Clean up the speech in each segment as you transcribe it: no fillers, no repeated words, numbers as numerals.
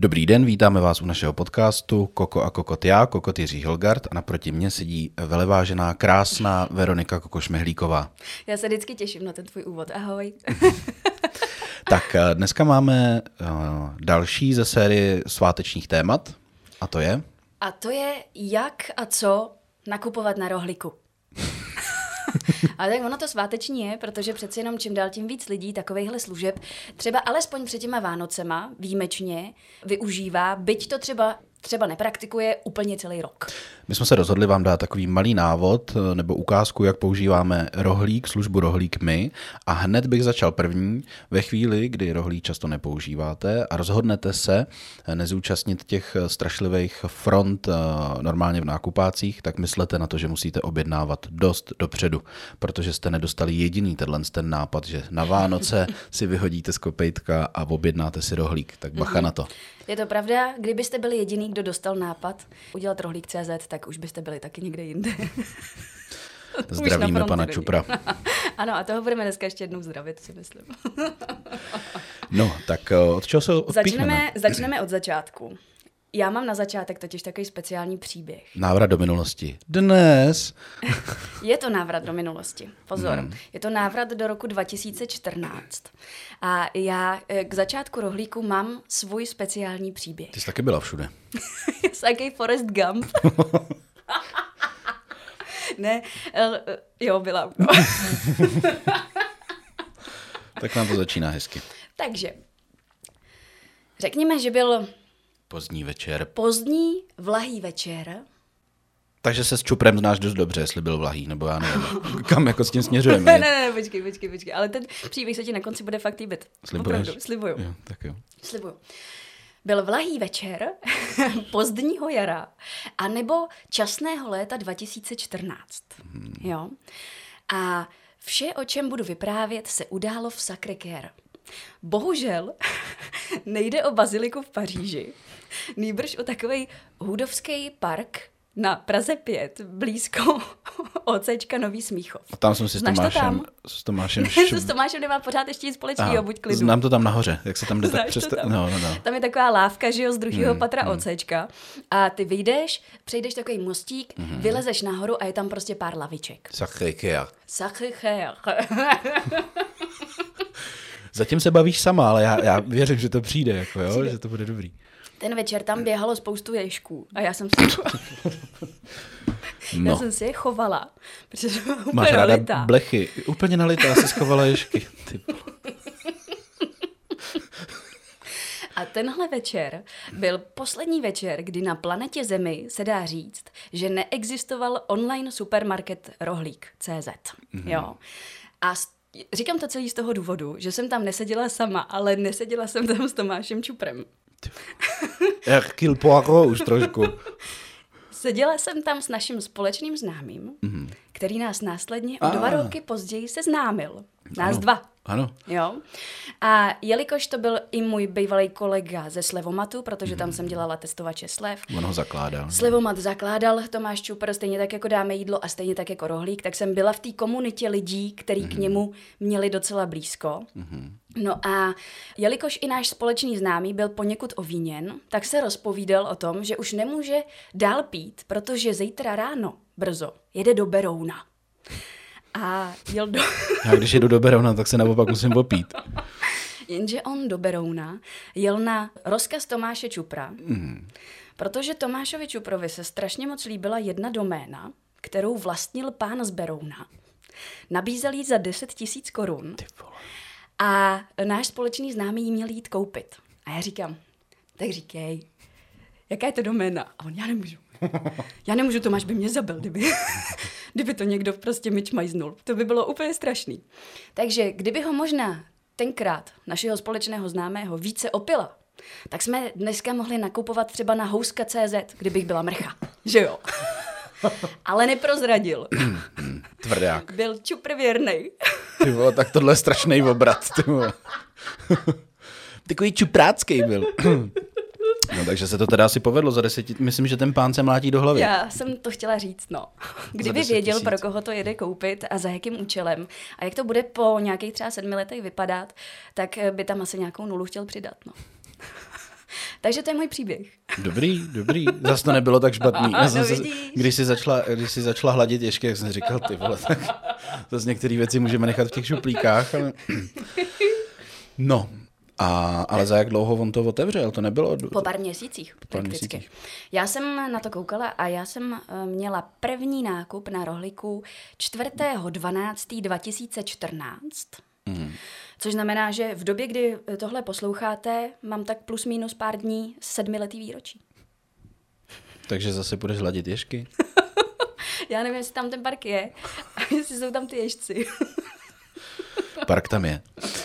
Dobrý den, vítáme vás u našeho podcastu Koko a Kokot já, Kokot Jiří Hilgard a naproti mně sedí velevážená, krásná Veronika Kokoš-Mehlíková. Já se vždycky těším na ten tvůj úvod. Ahoj. Tak dneska máme další ze série svátečních témat a to je? A to je jak a co nakupovat na rohlíku. Ale tak ono to sváteční je, protože přeci jenom čím dál tím víc lidí takovejhle služeb třeba alespoň před těma Vánocema výjimečně využívá, byť to třeba nepraktikuje úplně celý rok. My jsme se rozhodli vám dát takový malý návod nebo ukázku, jak používáme rohlík, službu rohlík my a hned bych začal první. Ve chvíli, kdy rohlík často nepoužíváte a rozhodnete se nezúčastnit těch strašlivých front normálně v nákupácích, tak myslete na to, že musíte objednávat dost dopředu, protože jste nedostali jediný ten nápad, že na Vánoce si vyhodíte z kopejtka a objednáte si rohlík. Tak bacha na to. Je to pravda, kdybyste byli jediný, kdo dostal nápad udělat rohlík.cz, tak už byste byli taky někde jinde. Zdravíme pana Čupra. Ano, a toho budeme dneska ještě jednou zdravit, si myslím. No, tak od čeho se odpíchneme? Začneme od začátku. Já mám na začátek totiž takový speciální příběh. Návrat do minulosti. Dnes. Je to návrat do minulosti. Pozor. Je to návrat do roku 2014. A já k začátku rohlíku mám svůj speciální příběh. Ty jsi taky byla všude. Jsi jaký Forrest Gump. Ne, jo, byla. Tak nám to začíná hezky. Takže, řekněme, že byl pozdní, vlahý večer. Takže se s Čuprem znáš dost dobře, jestli byl vlahý, nebo já nevím. Kam jako s tím směřujeme? Ne, počkej. Ale ten příběh se ti na konci bude fakt líbit. Slibuješ? Opravdu, slibuju. Jo, tak jo. Slibuju. Byl vlahý večer pozdního jara anebo časného léta 2014. Jo? A vše, o čem budu vyprávět, se událo v Sacré-Cœur. Bohužel nejde o baziliku v Paříži, nýbrž o takovej hudovský park na Praze 5, blízko OCčka Nový Smíchov. A tam jsem si s Tomášem... S Tomášem nemá pořád ještě nic společného, buď klidu. Znám to tam nahoře, jak se tam jde tak přes... No. Tam je taková lávka, že jo, z druhého patra OCčka a ty vyjdeš, přejdeš takový mostík, vylezeš nahoru a je tam prostě pár laviček. Sacré-Cœur. Zatím se bavíš sama, ale já věřím, že to přijde, jako, jo? Že to bude dobrý. Ten večer tam běhalo spoustu ježků a já jsem si je chovala, protože jsem úplně máš ráda nalitá. Blechy, úplně nalitá, jsi schovala ježky. A tenhle večer byl poslední večer, kdy na planetě Zemi se dá říct, že neexistoval online supermarket rohlík.cz. Jo. A říkám to celý z toho důvodu, že jsem tam neseděla sama, ale neseděla jsem tam s Tomášem Čuprem. Jak Kill Poirot už trošku. Seděla jsem tam s naším společným známým, který nás následně o 2 roky později seznámil. Nás dva. Ano. Jo. A jelikož to byl i můj bývalý kolega ze Slevomatu, protože tam jsem dělala testovače slev. On ho zakládal. Slevomat zakládal Tomáš Čupr, stejně tak jako Dáme jídlo a stejně tak jako Rohlík, tak jsem byla v té komunitě lidí, který k němu měli docela blízko. No a jelikož i náš společný známý byl poněkud ovíněn, tak se rozpovídal o tom, že už nemůže dál pít, protože zítra ráno brzo jede do Berouna. A jel do... Já když jedu do Berouna, tak se naopak musím opít. Jenže on do Berouna jel na rozkaz Tomáše Čupra, protože Tomášovi Čuprovi se strašně moc líbila jedna doména, kterou vlastnil pán z Berouna. Nabízel jí za 10 000 korun a náš společný známý jí měl jít koupit. A já říkám, tak říkej, jaká je to doména? A on, já nemůžu, Tomáš by mě zabil, kdyby to někdo prostě mi čmajznul. To by bylo úplně strašný. Takže kdyby ho možná tenkrát našeho společného známého více opila, tak jsme dneska mohli nakupovat třeba na houska.cz, kdybych byla mrcha. Že jo? Ale neprozradil. Tvrdák. Byl Čupr věrnej. Ty vole, tak tohle je strašný obrat. Ty vole. Takový čuprácký byl. No, takže se to teda asi povedlo za 10. Myslím, že ten pán se mlátí do hlavy. Já jsem to chtěla říct, no. Kdyby věděl, pro koho to jede koupit a za jakým účelem a jak to bude po nějakých třeba 7 letech vypadat, tak by tam asi nějakou nulu chtěl přidat, no. Takže to je můj příběh. Dobrý. Zas to nebylo tak špatný. Když jsi začala hladit ježky, jak jsem říkal, ty vole, tak zase některé věci můžeme nechat v těch šuplíkách. Ale... No, ale za jak dlouho on to otevřel? To nebylo... Po pár měsících, prakticky. Já jsem na to koukala a já jsem měla první nákup na rohlíku 4.12.2014. Což znamená, že v době, kdy tohle posloucháte, mám tak plus minus pár dní 7letý výročí. Takže zase budeš hladit ježky? Já nevím, jestli tam ten park je a jestli jsou tam ty ježci. Park tam je.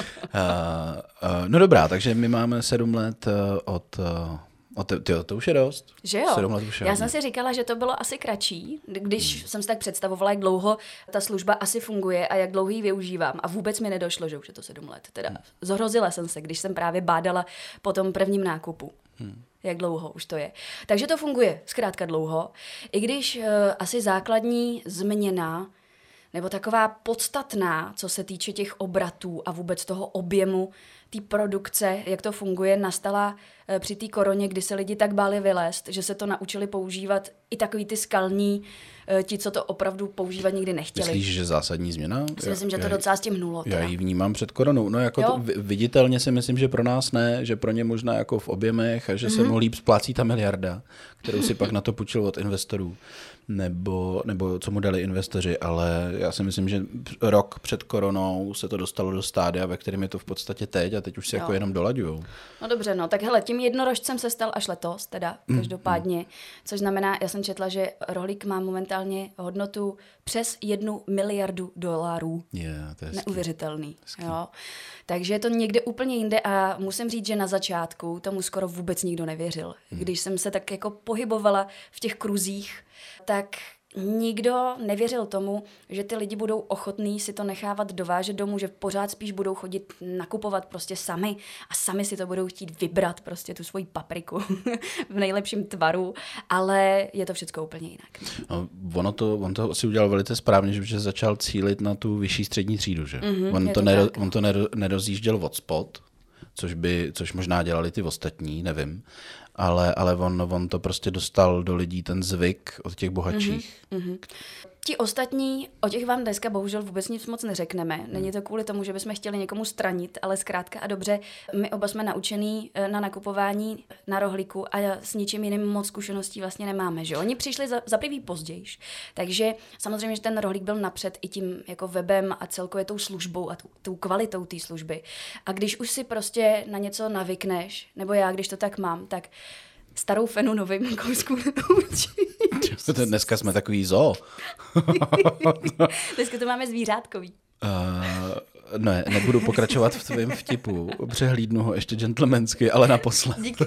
No dobrá, takže my máme 7 let to už je dost. Že jo? 7 let už je. Já jsem si říkala, že to bylo asi kratší, když jsem si tak představovala, jak dlouho ta služba asi funguje a jak dlouho ji využívám. A vůbec mi nedošlo, že už je to 7 let. Teda zhrozila jsem se, když jsem právě bádala po tom prvním nákupu. Jak dlouho už to je. Takže to funguje zkrátka dlouho. I když asi základní změna nebo taková podstatná, co se týče těch obratů a vůbec toho objemu té produkce, jak to funguje, nastala při té koroně, kdy se lidi tak báli vylézt, že se to naučili používat i takový ty skalní, ti, co to opravdu používat nikdy nechtěli. Myslíš, že zásadní změna? Myslím, že to docela s tím hnulo. Já ji vnímám před koronou. No jako viditelně si myslím, že pro nás ne, že pro ně možná jako v objemech a že se mu líp splácí ta miliarda, kterou si pak na to půjčil od investorů. Nebo co mu dali investoři, ale já si myslím, že rok před koronou se to dostalo do stádia, ve kterém je to v podstatě teď a teď už se jako jenom dolaďujou. No dobře, no tak hele, tím jednorožcem se stal až letos, teda každopádně, což znamená, já jsem četla, že rohlík má momentálně hodnotu přes $1 miliardu. To je neuvěřitelný. Jo. Takže je to někde úplně jinde a musím říct, že na začátku tomu skoro vůbec nikdo nevěřil. Když jsem se tak jako pohybovala v těch kruzích, tak nikdo nevěřil tomu, že ty lidi budou ochotní si to nechávat dovážet domů, že pořád spíš budou chodit nakupovat prostě sami a sami si to budou chtít vybrat prostě tu svoji papriku v nejlepším tvaru, ale je to všechno úplně jinak. No, on to si udělal velice správně, že začal cílit na tu vyšší střední třídu, že? On to nerozjížděl od spod, což možná dělali ty ostatní, nevím. Ale on to prostě dostal do lidí ten zvyk od těch bohatších. Ti ostatní, o těch vám dneska bohužel vůbec nic moc neřekneme. Není to kvůli tomu, že bychom chtěli někomu stranit, ale zkrátka a dobře, my oba jsme naučený na nakupování na rohlíku a s ničím jiným moc zkušeností vlastně nemáme. Že? Oni přišli za prvý pozdějiš, takže samozřejmě, že ten rohlík byl napřed i tím jako webem a celkově tou službou a tou kvalitou té služby. A když už si prostě na něco navykneš, nebo já, když to tak mám, tak starou fenu novým kouskům neučíš. Dneska jsme takový zoo. Dneska to máme zvířátkový. Ne, nebudu pokračovat v tvém vtipu. Přehlídnu ho ještě gentlemansky, ale naposled. Díky.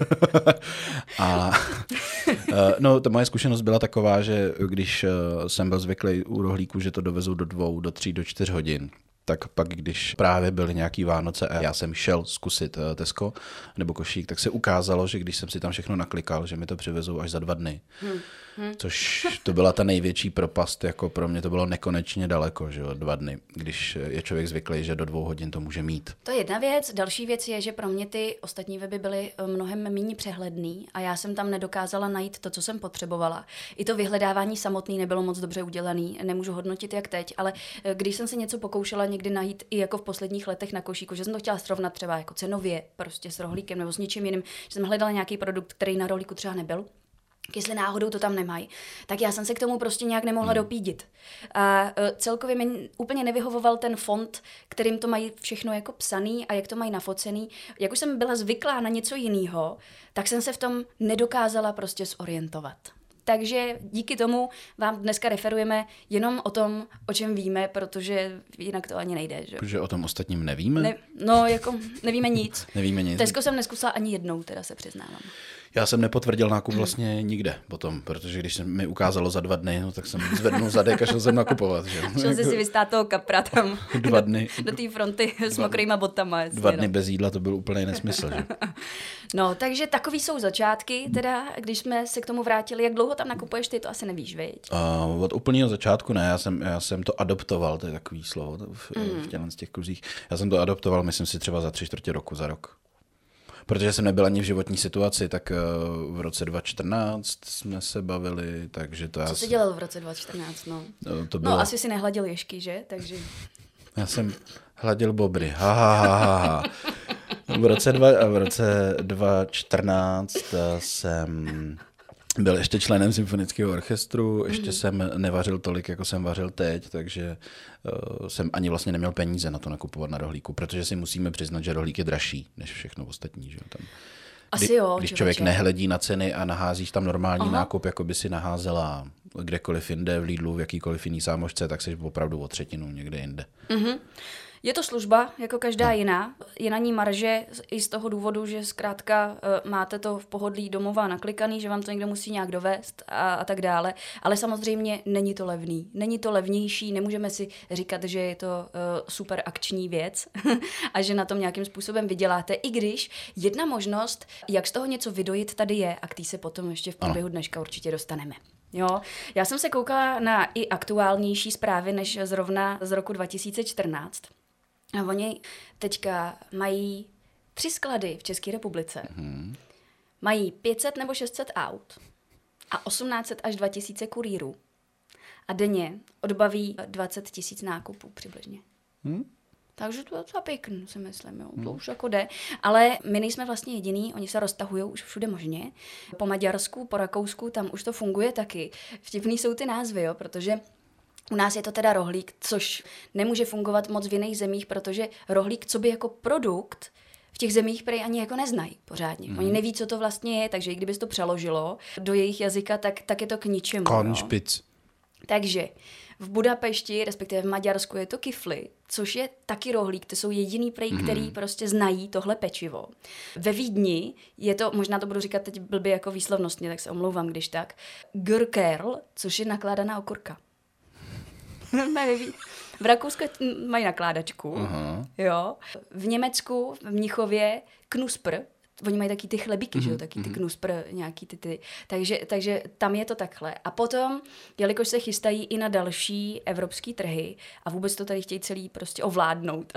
No, ta moje zkušenost byla taková, že když jsem byl zvyklý u rohlíku, že to dovezou do 2, do 3, do 4 hodin, tak pak, když právě byly nějaký Vánoce a já jsem šel zkusit Tesco nebo Košík, tak se ukázalo, že když jsem si tam všechno naklikal, že mi to přivezou až za 2 dny. Což to byla ta největší propast, jako pro mě to bylo nekonečně daleko, že jo, 2 dny, když je člověk zvyklý, že do 2 hodin to může mít. To je jedna věc. Další věc je, že pro mě ty ostatní weby byly mnohem méně přehledný a já jsem tam nedokázala najít to, co jsem potřebovala. I to vyhledávání samotný nebylo moc dobře udělaný, nemůžu hodnotit jak teď, ale když jsem se něco pokoušela někdy najít i jako v posledních letech na Košíku, že jsem to chtěla srovnat třeba jako cenově prostě s rohlíkem nebo s něčím jiným, že jsem hledala nějaký produkt, který na rohlíku třeba nebyl, jestli náhodou to tam nemají, tak já jsem se k tomu prostě nějak nemohla dopídit. A celkově mi úplně nevyhovoval ten font, kterým to mají všechno jako psaný a jak to mají nafocený. Jak už jsem byla zvyklá na něco jiného, tak jsem se v tom nedokázala prostě zorientovat. Takže díky tomu vám dneska referujeme jenom o tom, o čem víme, protože jinak to ani nejde. Že? Protože o tom ostatním nevíme? Nevíme nic. Nevíme nic. Tesco jsem neskusila ani jednou, teda se přiznávám. Já jsem nepotvrdil nákup vlastně nikde potom, protože když se mi ukázalo za 2 dny, no, tak jsem zvednul zadek a šel jsem nakupovat. Že? Šel jsi si vystát toho kapra tam 2 dny. Do té fronty s mokrýma botama. 2 dny bez jídla, to byl úplný nesmysl. Že? No, takže takový jsou začátky, teda, když jsme se k tomu vrátili. Jak dlouho tam nakupuješ, ty to asi nevíš, viď? Od úplného začátku ne, já jsem to adoptoval, to je takový slovo v těch kruzích. Já jsem to adoptoval, myslím si, třeba za 3/4 roku, za rok. Protože jsem nebyl ani v životní situaci, tak v roce 2014 jsme se bavili, takže to Co jsi dělal v roce 2014, no? To bylo... No, asi si nehladil ježky, že? Takže... Já jsem hladil bobry, ha. V roce 2014 jsem byl ještě členem symfonického orchestru, ještě jsem nevařil tolik, jako jsem vařil teď, takže jsem ani vlastně neměl peníze na to nakupovat na rohlíku, protože si musíme přiznat, že rohlík je dražší než všechno ostatní. Že? Tam, asi jo. Když člověk nehledí na ceny a naházíš tam normální nákup, jako by si naházela kdekoliv jinde, v Lidlu, v jakýkoliv jiný sámošce, tak jsi opravdu o třetinu někde jinde. Je to služba, jako každá jiná. Je na ní marže i z toho důvodu, že zkrátka máte to v pohodlí domova naklikaný, že vám to někdo musí nějak dovést a tak dále. Ale samozřejmě není to levný. Není to levnější, nemůžeme si říkat, že je to super akční věc a že na tom nějakým způsobem vyděláte. I když jedna možnost, jak z toho něco vydojit, tady je a k té se potom ještě v průběhu dneška určitě dostaneme. Jo, já jsem se koukala na i aktuálnější zprávy než zrovna z roku 2014. A oni teďka mají 3 sklady v České republice. Mají 500 nebo 600 aut a 1800 až 2000 kurýrů. A denně odbaví 20 000 nákupů přibližně. Takže to je docela pěkný, si myslím, jo. To už jako jde. Ale my nejsme vlastně jediný, oni se roztahují už všude možně. Po Maďarsku, po Rakousku, tam už to funguje taky. Vtipný jsou ty názvy, jo, protože u nás je to teda rohlík, což nemůže fungovat moc v jiných zemích, protože rohlík, co by jako produkt, v těch zemích prej ani jako neznají pořádně. Oni neví, co to vlastně je, takže i kdyby to přeložilo do jejich jazyka, tak je to k ničemu. Kornšpic. Takže v Budapešti, respektive v Maďarsku je to kifli, což je taky rohlík, to jsou jediný prej, který prostě znají tohle pečivo. Ve Vídni je to, možná to budu říkat teď blbě jako výslovnostně, tak se omlouvám, když tak, Gürkerl, což je nakládaná okurka. V Rakousku mají nakládačku, jo. V Německu, v Mnichově, Knuspr, oni mají taky ty chlebíky, že jo, taky ty Knuspr, nějaký ty. Takže tam je to takhle. A potom, jelikož se chystají i na další evropský trhy a vůbec to tady chtějí celý prostě ovládnout,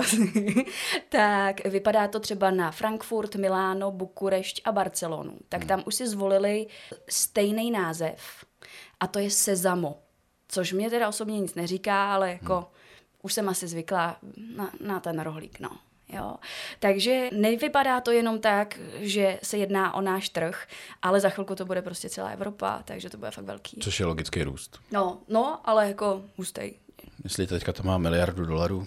tak vypadá to třeba na Frankfurt, Miláno, Bukurešť a Barcelonu. Tak tam už si zvolili stejný název a to je Sezamo. Což mě teda osobně nic neříká, ale jako už jsem asi zvyklá na ten rohlík, no. Jo. Takže nevypadá to jenom tak, že se jedná o náš trh, ale za chvilku to bude prostě celá Evropa, takže to bude fakt velký. Což je logický růst. No, ale jako hustej. Myslíte, teďka to má $1 miliardu?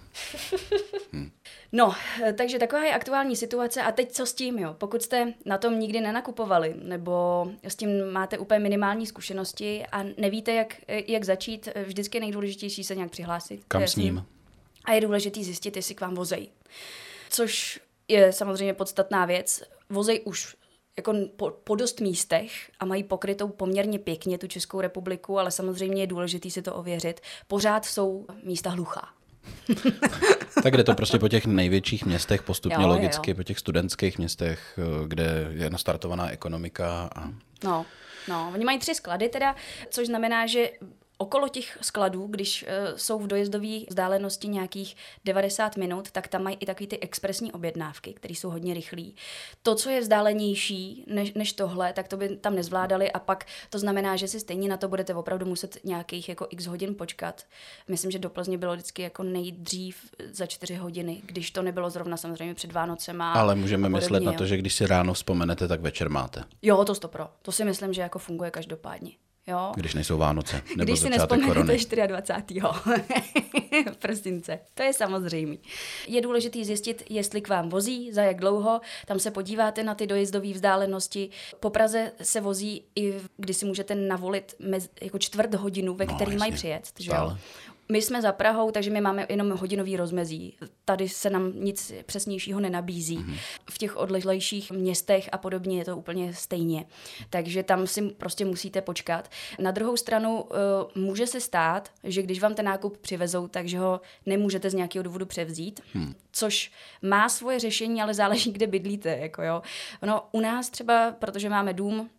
No, takže taková je aktuální situace a teď co s tím, jo? Pokud jste na tom nikdy nenakupovali nebo s tím máte úplně minimální zkušenosti a nevíte, jak začít, vždycky je nejdůležitější se nějak přihlásit. Kam s ním? A je důležitý zjistit, jestli k vám vozejí. Což je samozřejmě podstatná věc. Vozej už jako po dost místech a mají pokrytou poměrně pěkně tu Českou republiku, ale samozřejmě je důležitý si to ověřit. Pořád jsou místa hluchá. Tak jde to prostě po těch největších městech postupně logicky, jo. po těch studentských městech, kde je nastartovaná ekonomika. No, oni mají 3 sklady teda, což znamená, že okolo těch skladů, když jsou v dojezdové vzdálenosti nějakých 90 minut, tak tam mají i takový ty expresní objednávky, které jsou hodně rychlý. To, co je vzdálenější než tohle, tak to by tam nezvládali a pak to znamená, že si stejně na to budete opravdu muset nějakých jako x hodin počkat. Myslím, že do Plzně bylo vždycky jako nejdřív za 4 hodiny, když to nebylo zrovna samozřejmě před Vánocema. Ale můžeme myslet na to, že když si ráno vzpomenete, tak večer máte. Jo, to 100%. To si myslím, že jako funguje každopádně. Jo. Když nejsou Vánoce, nebo když si začátek korony. nespomenete 24. prosince. To je samozřejmé. Je důležité zjistit, jestli k vám vozí, za jak dlouho. Tam se podíváte na ty dojezdové vzdálenosti. Po Praze se vozí i, když si můžete navolit jako 1/4 hodinu, ve který mají přijet. Že jo? My jsme za Prahou, takže my máme jenom hodinový rozmezí. Tady se nám nic přesnějšího nenabízí. V těch odlehlejších městech a podobně je to úplně stejně. Takže tam si prostě musíte počkat. Na druhou stranu může se stát, že když vám ten nákup přivezou, takže ho nemůžete z nějakého důvodu převzít, což má svoje řešení, ale záleží, kde bydlíte. Jako jo. No, u nás třeba, protože máme dům,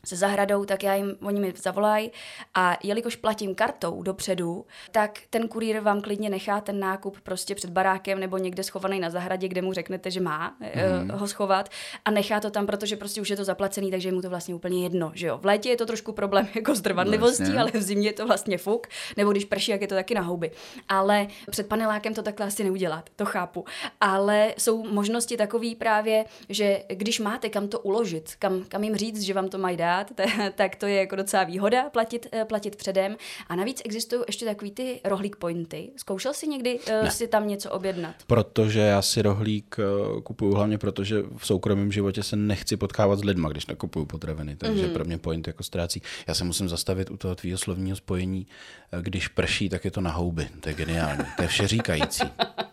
se zahradou, tak oni mi zavolají a jelikož platím kartou dopředu, tak ten kurýr vám klidně nechá ten nákup prostě před barákem nebo někde schovaný na zahradě, kde mu řeknete, že má ho schovat a nechá to tam, protože prostě už je to zaplacený, takže je mu to vlastně úplně jedno, že jo. V létě je to trošku problém jako s trvanlivostí, vlastně. Ale v zimě je to vlastně fuk, nebo když prší, jak je to taky na houby. Ale před panelákem to takhle asi neudělat, to chápu. Ale jsou možnosti takový právě, že když máte kam to uložit, kam jim říct, že vám to mají dát, tak to je jako docela výhoda platit předem. A navíc existují ještě takový ty rohlík pointy. Zkoušel jsi někdy si tam něco objednat? Protože já si rohlík kupuju hlavně proto, že v soukromém životě se nechci potkávat s lidma, když nakupuju potraviny, takže pro mě point jako ztrácí. Já se musím zastavit u toho tvýho slovního spojení, když prší, tak je to na houby. To je geniální. To je všeříkající.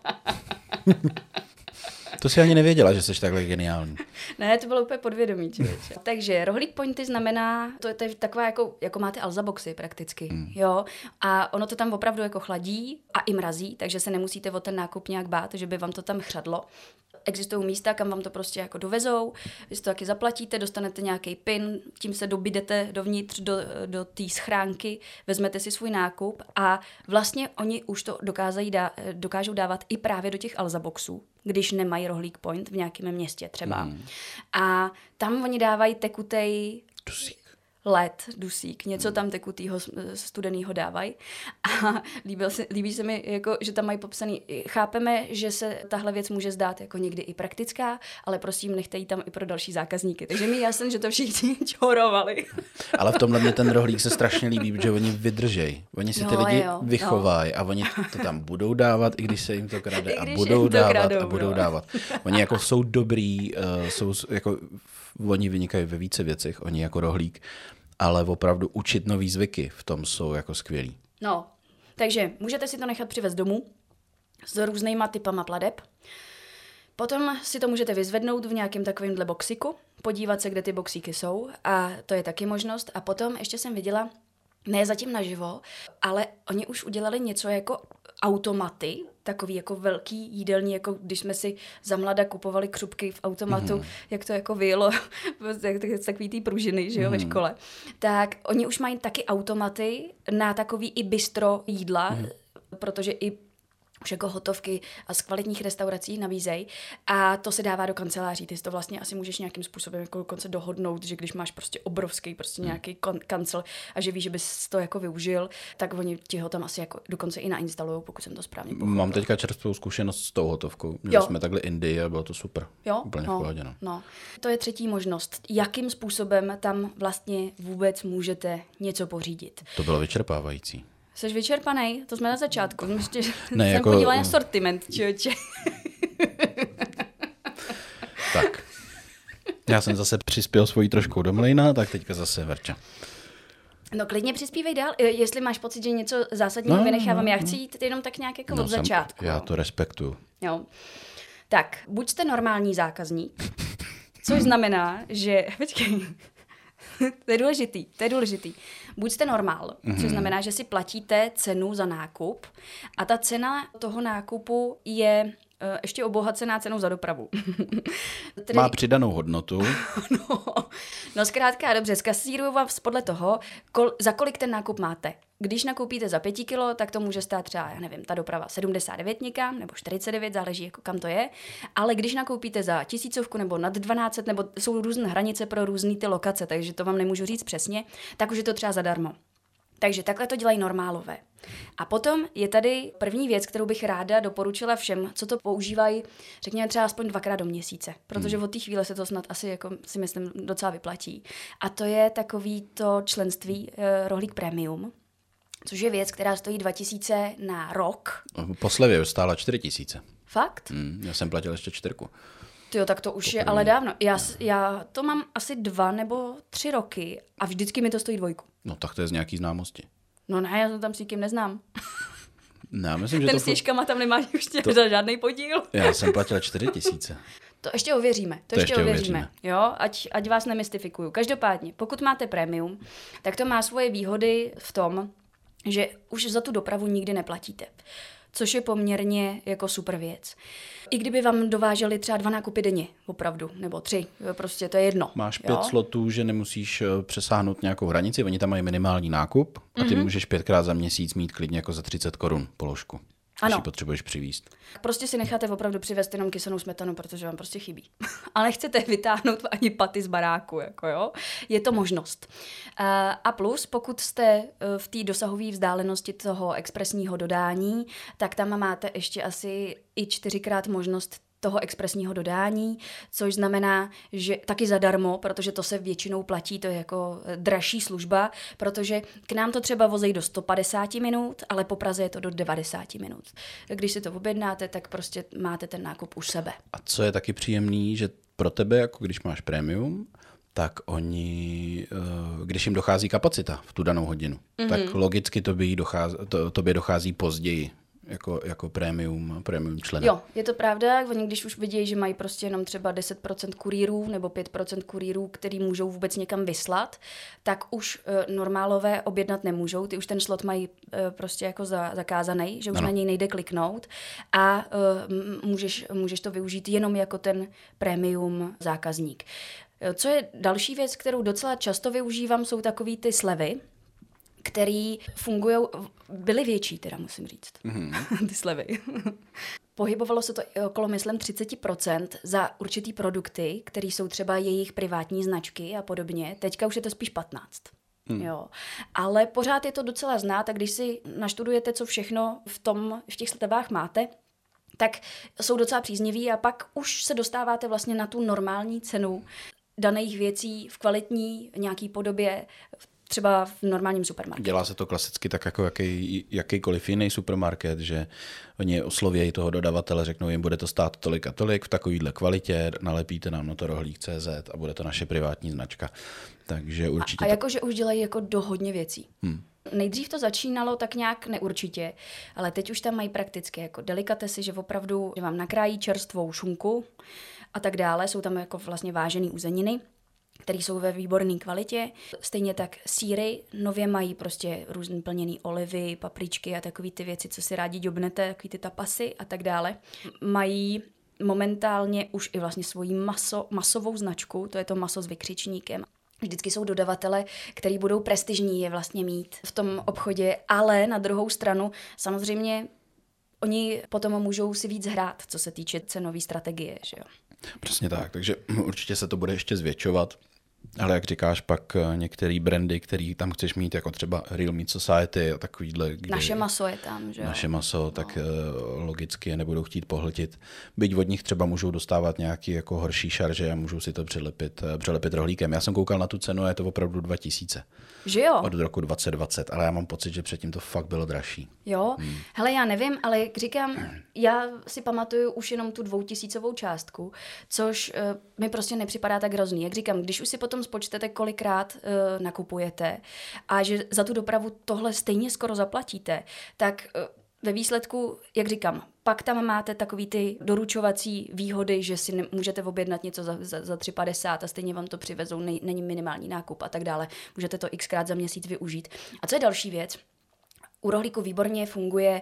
To si ani nevěděla, že jsi takhle geniální. Ne, to bylo úplně podvědomí, člověče. Takže rohlík pointy znamená, to je taková jako máte Alza boxy prakticky, jo. A ono to tam opravdu jako chladí a i mrazí, takže se nemusíte o ten nákup nějak bát, že by vám to tam chřadlo. Existují místa, kam vám to prostě jako dovezou, vy si to taky zaplatíte, dostanete nějaký pin, tím se dobydete dovnitř do té schránky, vezmete si svůj nákup a vlastně oni už to dokážou dávat i právě do těch Alza boxů, když nemají rohlík point v nějakém městě třeba. A tam oni dávají tekutej dusík, něco tam tekutýho studenýho dávají. A líbí se mi, jako, že tam mají popsaný, chápeme, že se tahle věc může zdát jako někdy i praktická, ale prosím, nechte ji tam i pro další zákazníky. Takže mi jasný, že to všichni čorovali. Ale v tomhle mě ten rohlík se strašně líbí, protože oni vydržej. Oni si ty lidi vychovají a oni to tam budou dávat, i když se jim to krade a budou dávat. Oni jako jsou dobrý, oni vynikají ve více věcech, oni jako rohlík, ale opravdu učit nový zvyky v tom jsou jako skvělí. No, takže můžete si to nechat přivést domů s různýma typama pladeb. Potom si to můžete vyzvednout v nějakém takovémhle boxiku, podívat se, kde ty boxíky jsou a to je taky možnost. A potom ještě jsem viděla, ne zatím naživo, ale oni už udělali něco jako automaty, takový jako velký jídelní, jako když jsme si za mlada kupovali křupky v automatu, jak to jako vyjelo z takový ty pružiny, že jo, ve škole. Tak oni už mají taky automaty na takový i bistro jídla, protože i už jako hotovky a z kvalitních restaurací nabízejí a to se dává do kanceláří. Ty si to vlastně asi můžeš nějakým způsobem jako dokonce dohodnout, že když máš prostě obrovský prostě nějaký kancel a že víš, že bys to jako využil, tak oni ti ho tam asi jako dokonce i nainstalujou, pokud jsem to správně pochopila. Mám teďka čerstvou zkušenost s tou hotovkou. Měli jsme takhle Indii a bylo to super. Jo? Úplně v pohodě. No. To je třetí možnost. Jakým způsobem tam vlastně vůbec můžete něco pořídit? To bylo vyčerpávající. Jsi vyčerpanej? To jsme na začátku. Ne, jsem podívala na sortiment, člověče. Tak. Já jsem zase přispěl svojí troškou do mlejna, tak teďka zase Verča. No klidně přispívej dál, jestli máš pocit, že něco zásadního vynechávám. Já chci jít jenom tak nějak jako od začátku. Já to respektuju. Jo. Tak, buď jste normální zákazník, což znamená, že... Počkej. To je důležitý. Buď jste normál, což znamená, že si platíte cenu za nákup a ta cena toho nákupu je ještě obohacená cenou za dopravu. Má přidanou hodnotu. No zkrátka, dobře, zkasíruju vás podle toho, za kolik ten nákup máte. Když nakoupíte za 5 kilo, tak to může stát třeba, já nevím, ta doprava 79 někam, nebo 49, záleží, jako kam to je. Ale když nakoupíte za 1000 nebo nad 1200, nebo jsou různé hranice pro různé ty lokace, takže to vám nemůžu říct přesně, tak už je to třeba zadarmo. Takže takhle to dělají normálové. A potom je tady první věc, kterou bych ráda doporučila všem, co to používají, řekněme třeba aspoň 2krát do měsíce, protože od té chvíle se to snad asi, jako si myslím, docela vyplatí. A to je takový to členství Rohlík Premium, což je věc, která stojí 2000 na rok. Po slevě stála 4000. Fakt? Já jsem platil ještě 4. Tyjo, tak to už je ale dávno. Já to mám asi 2 nebo 3 roky a vždycky mi to stojí 2. No tak to je z nějaký známosti. No ne, já to tam s nikým neznám. Ne, myslím, že ten s těžkama tam nemáš už za žádný podíl. Já jsem platil 4000. To ještě ověříme. To ještě ověříme. Jo, ať vás nemystifikuju. Každopádně, pokud máte premium, tak to má svoje výhody v tom, že už za tu dopravu nikdy neplatíte. což je poměrně jako super věc. I kdyby vám dováželi třeba 2 nákupy denně, opravdu, nebo 3, prostě to je jedno. Máš 5 slotů, že nemusíš přesáhnout nějakou hranici, oni tam mají minimální nákup a ty můžeš 5krát za měsíc mít klidně jako za 30 korun položku. Když ji potřebuješ přivízt. Prostě si necháte opravdu přivést jenom kyselou smetanu, protože vám prostě chybí. A nechcete vytáhnout ani paty z baráku, jako jo. Je to možnost. A plus, pokud jste v té dosahové vzdálenosti toho expresního dodání, tak tam máte ještě asi i 4krát možnost toho expresního dodání, což znamená, že taky zadarmo, protože to se většinou platí, to je jako dražší služba, protože k nám to třeba vozejí do 150 minut, ale po Praze je to do 90 minut. Když si to objednáte, tak prostě máte ten nákup u sebe. A co je taky příjemný, že pro tebe, jako když máš prémium, tak oni, když jim dochází kapacita v tu danou hodinu, tak logicky tobě dochází později. Jako premium člena. Jo, je to pravda, oni když už vidějí, že mají prostě jenom třeba 10% kurýrů nebo 5% kurýrů, který můžou vůbec někam vyslat, tak už normálové objednat nemůžou, ty už ten slot mají prostě jako zakázaný, že už na něj nejde kliknout a můžeš to využít jenom jako ten premium zákazník. Co je další věc, kterou docela často využívám, jsou takový ty slevy, který fungují, byly větší teda, musím říct, ty slevy. Pohybovalo se to okolo, myslím, 30% za určitý produkty, které jsou třeba jejich privátní značky a podobně. Teďka už je to spíš 15%. Jo. Ale pořád je to docela znát a když si naštudujete, co všechno v těch slevách máte, tak jsou docela přízniví a pak už se dostáváte vlastně na tu normální cenu daných věcí v kvalitní nějaký podobě, třeba v normálním supermarketu. Dělá se to klasicky tak jako jakýkoliv jiný supermarket, že oni oslovějí toho dodavatele, řeknou jim, bude to stát tolik a tolik v takovýhle kvalitě, nalepíte nám na to rohlík.cz a bude to naše privátní značka. Takže určitě... A jakože už dělají jako do hodně věcí. Nejdřív to začínalo tak nějak neurčitě, ale teď už tam mají prakticky jako delikatesy, že opravdu že vám nakrájí čerstvou šunku a tak dále. Jsou tam jako vlastně vážený uzeniny, které jsou ve výborné kvalitě. Stejně tak sýry nově mají prostě různý plněný olivy, papričky a takový ty věci, co si rádi ďobnete, takový ty tapasy a tak dále. Mají momentálně už i vlastně svoji masovou značku, to je to maso s vykřičníkem. Vždycky jsou dodavatele, který budou prestižní je vlastně mít v tom obchodě, ale na druhou stranu samozřejmě oni potom můžou si víc hrát, co se týče cenové strategie, že jo. Přesně tak, takže určitě se to bude ještě zvětšovat. Ale jak říkáš, pak některé brandy, který tam chceš mít, jako třeba Real Meat Society a takovýhle. Naše maso je tam, že jo? Naše maso, tak logicky je nebudou chtít pohltit. Byť od nich třeba můžou dostávat nějaký jako horší šarže a můžou si to přelepit rohlíkem. Já jsem koukal na tu cenu a je to opravdu 2000. Že jo? Od roku 2020, ale já mám pocit, že předtím to fakt bylo dražší. Jo? Hele, já nevím, ale jak říkám, já si pamatuju už jenom tu 2000 částku, což mi prostě nepřipadá tak hrozný. Jak říkám, když už si potom spočtete, kolikrát nakupujete a že za tu dopravu tohle stejně skoro zaplatíte, tak ve výsledku, jak říkám, pak tam máte takový ty doručovací výhody, že si můžete objednat něco za 3,50 a stejně vám to přivezou, není minimální nákup a tak dále. Můžete to xkrát za měsíc využít. A co je další věc? U rohlíku výborně funguje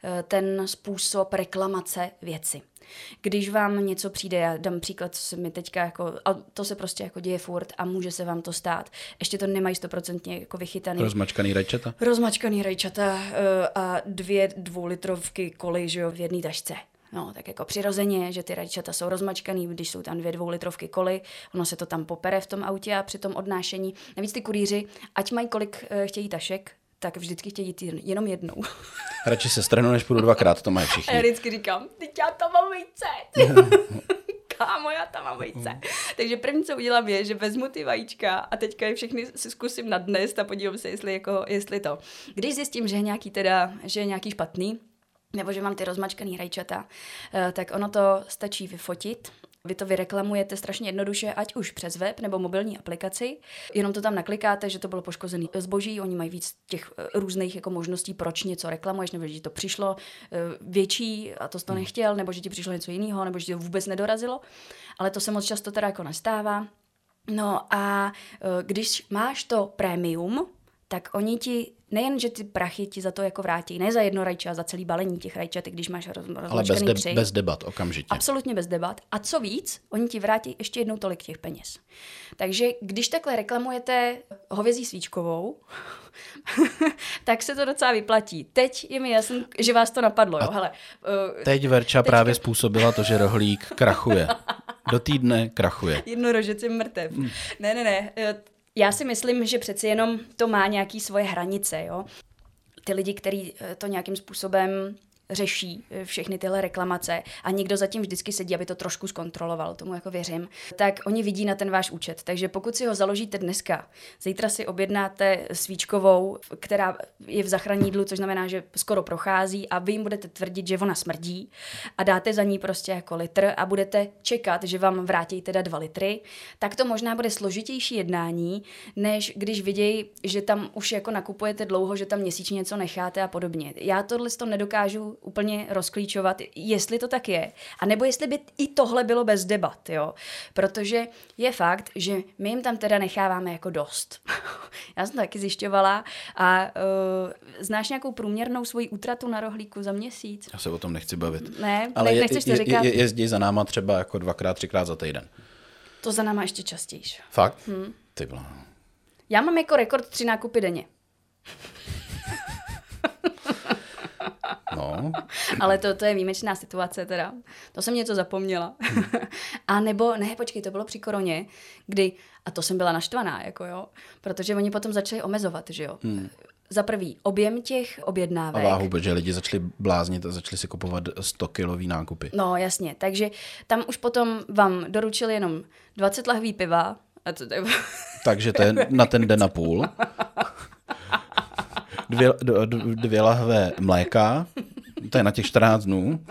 ten způsob reklamace věci. Když vám něco přijde, já dám příklad, co se mi teďka jako, a to se prostě jako děje furt a může se vám to stát. Ještě to nemají 100% jako vychytaný. Rozmačkaný rajčata a 2 dvoulitrovky koly, že jo, v jedné tašce. No, tak jako přirozeně, že ty rajčata jsou rozmačkaný, když jsou tam 2 dvoulitrovky koly, ono se to tam popere v tom autě a při tom odnášení. Navíc ty kurýři, ať mají kolik chtějí tašek, tak vždycky chtějí jít jenom jednou. Radši se stranu, než půjdu 2krát, to mají všichni. A já vždycky říkám, teď já tam mám vejce. Kámo, já tam mám vejce. Takže první, co udělám, je, že vezmu ty vajíčka a teďka je všechny si zkusím nadnést a podívám se, jestli to. Když zjistím, že je nějaký špatný, nebo že mám ty rozmačkaný rajčata, tak ono to stačí vyfotit. Vy to vyreklamujete strašně jednoduše, ať už přes web nebo mobilní aplikaci. Jenom to tam naklikáte, že to bylo poškozené zboží. Oni mají víc těch různých jako možností, proč něco reklamuješ, nebo že ti to přišlo větší a to jsi to nechtěl, nebo že ti přišlo něco jiného, nebo že ti to vůbec nedorazilo. Ale to se moc často teda jako nestává. No a když máš to prémium, tak oni ti, nejen, že ty prachy ti za to jako vrátí, ne za jedno rajče, a za celý balení těch rajčat, když máš rozločkaný Ale 3. bez debat, okamžitě. Absolutně bez debat. A co víc, oni ti vrátí ještě jednou tolik těch peněz. Takže když takhle reklamujete hovězí svíčkovou, tak se to docela vyplatí. Teď je mi jasný, že vás to napadlo. Jo? Hele, teď Verča právě způsobila to, že rohlík krachuje. Do týdne krachuje. Jednorožec je mrtev. Ne. Já si myslím, že přeci jenom to má nějaký svoje hranice. Jo? Ty lidi, kteří to nějakým způsobem řeší všechny tyhle reklamace a někdo zatím vždycky sedí, aby to trošku zkontroloval, tomu jako věřím, tak oni vidí na ten váš účet. Takže pokud si ho založíte dneska, zítra si objednáte svíčkovou, která je v zachranídlu, což znamená, že skoro prochází a vy jim budete tvrdit, že ona smrdí a dáte za ní prostě jako litr a budete čekat, že vám vrátí teda 2 litry, tak to možná bude složitější jednání, než když vidějí, že tam už jako nakupujete dlouho, že tam měsíčně něco necháte a podobně. Já tohle to nedokážu úplně rozklíčovat, jestli to tak je, a nebo jestli by i tohle bylo bez debat, jo. Protože je fakt, že my jim tam teda necháváme jako dost. Já jsem to taky zjišťovala a znáš nějakou průměrnou svoji útratu na rohlíku za měsíc? Já se o tom nechci bavit. Ne, ale nechceš to říkat? Jezdí za náma třeba jako 2x, 3x za týden. To za náma ještě častější. Fakt? Ty bláho. Já mám jako rekord 3 nákupy denně. No. Ale to je výjimečná situace teda. To jsem něco zapomněla. A nebo, ne, počkej, to bylo při koroně, kdy, a to jsem byla naštvaná, jako jo, protože oni potom začali omezovat, že jo. Za prvý, objem těch objednávek. A váhu, protože lidi začali bláznit a začali si kupovat 100kilový nákupy. No, jasně, takže tam už potom vám doručili jenom 20 lahví piva. A to je... Takže to je na ten den a půl. 2 lahve mléka, to je na těch 14 dnů.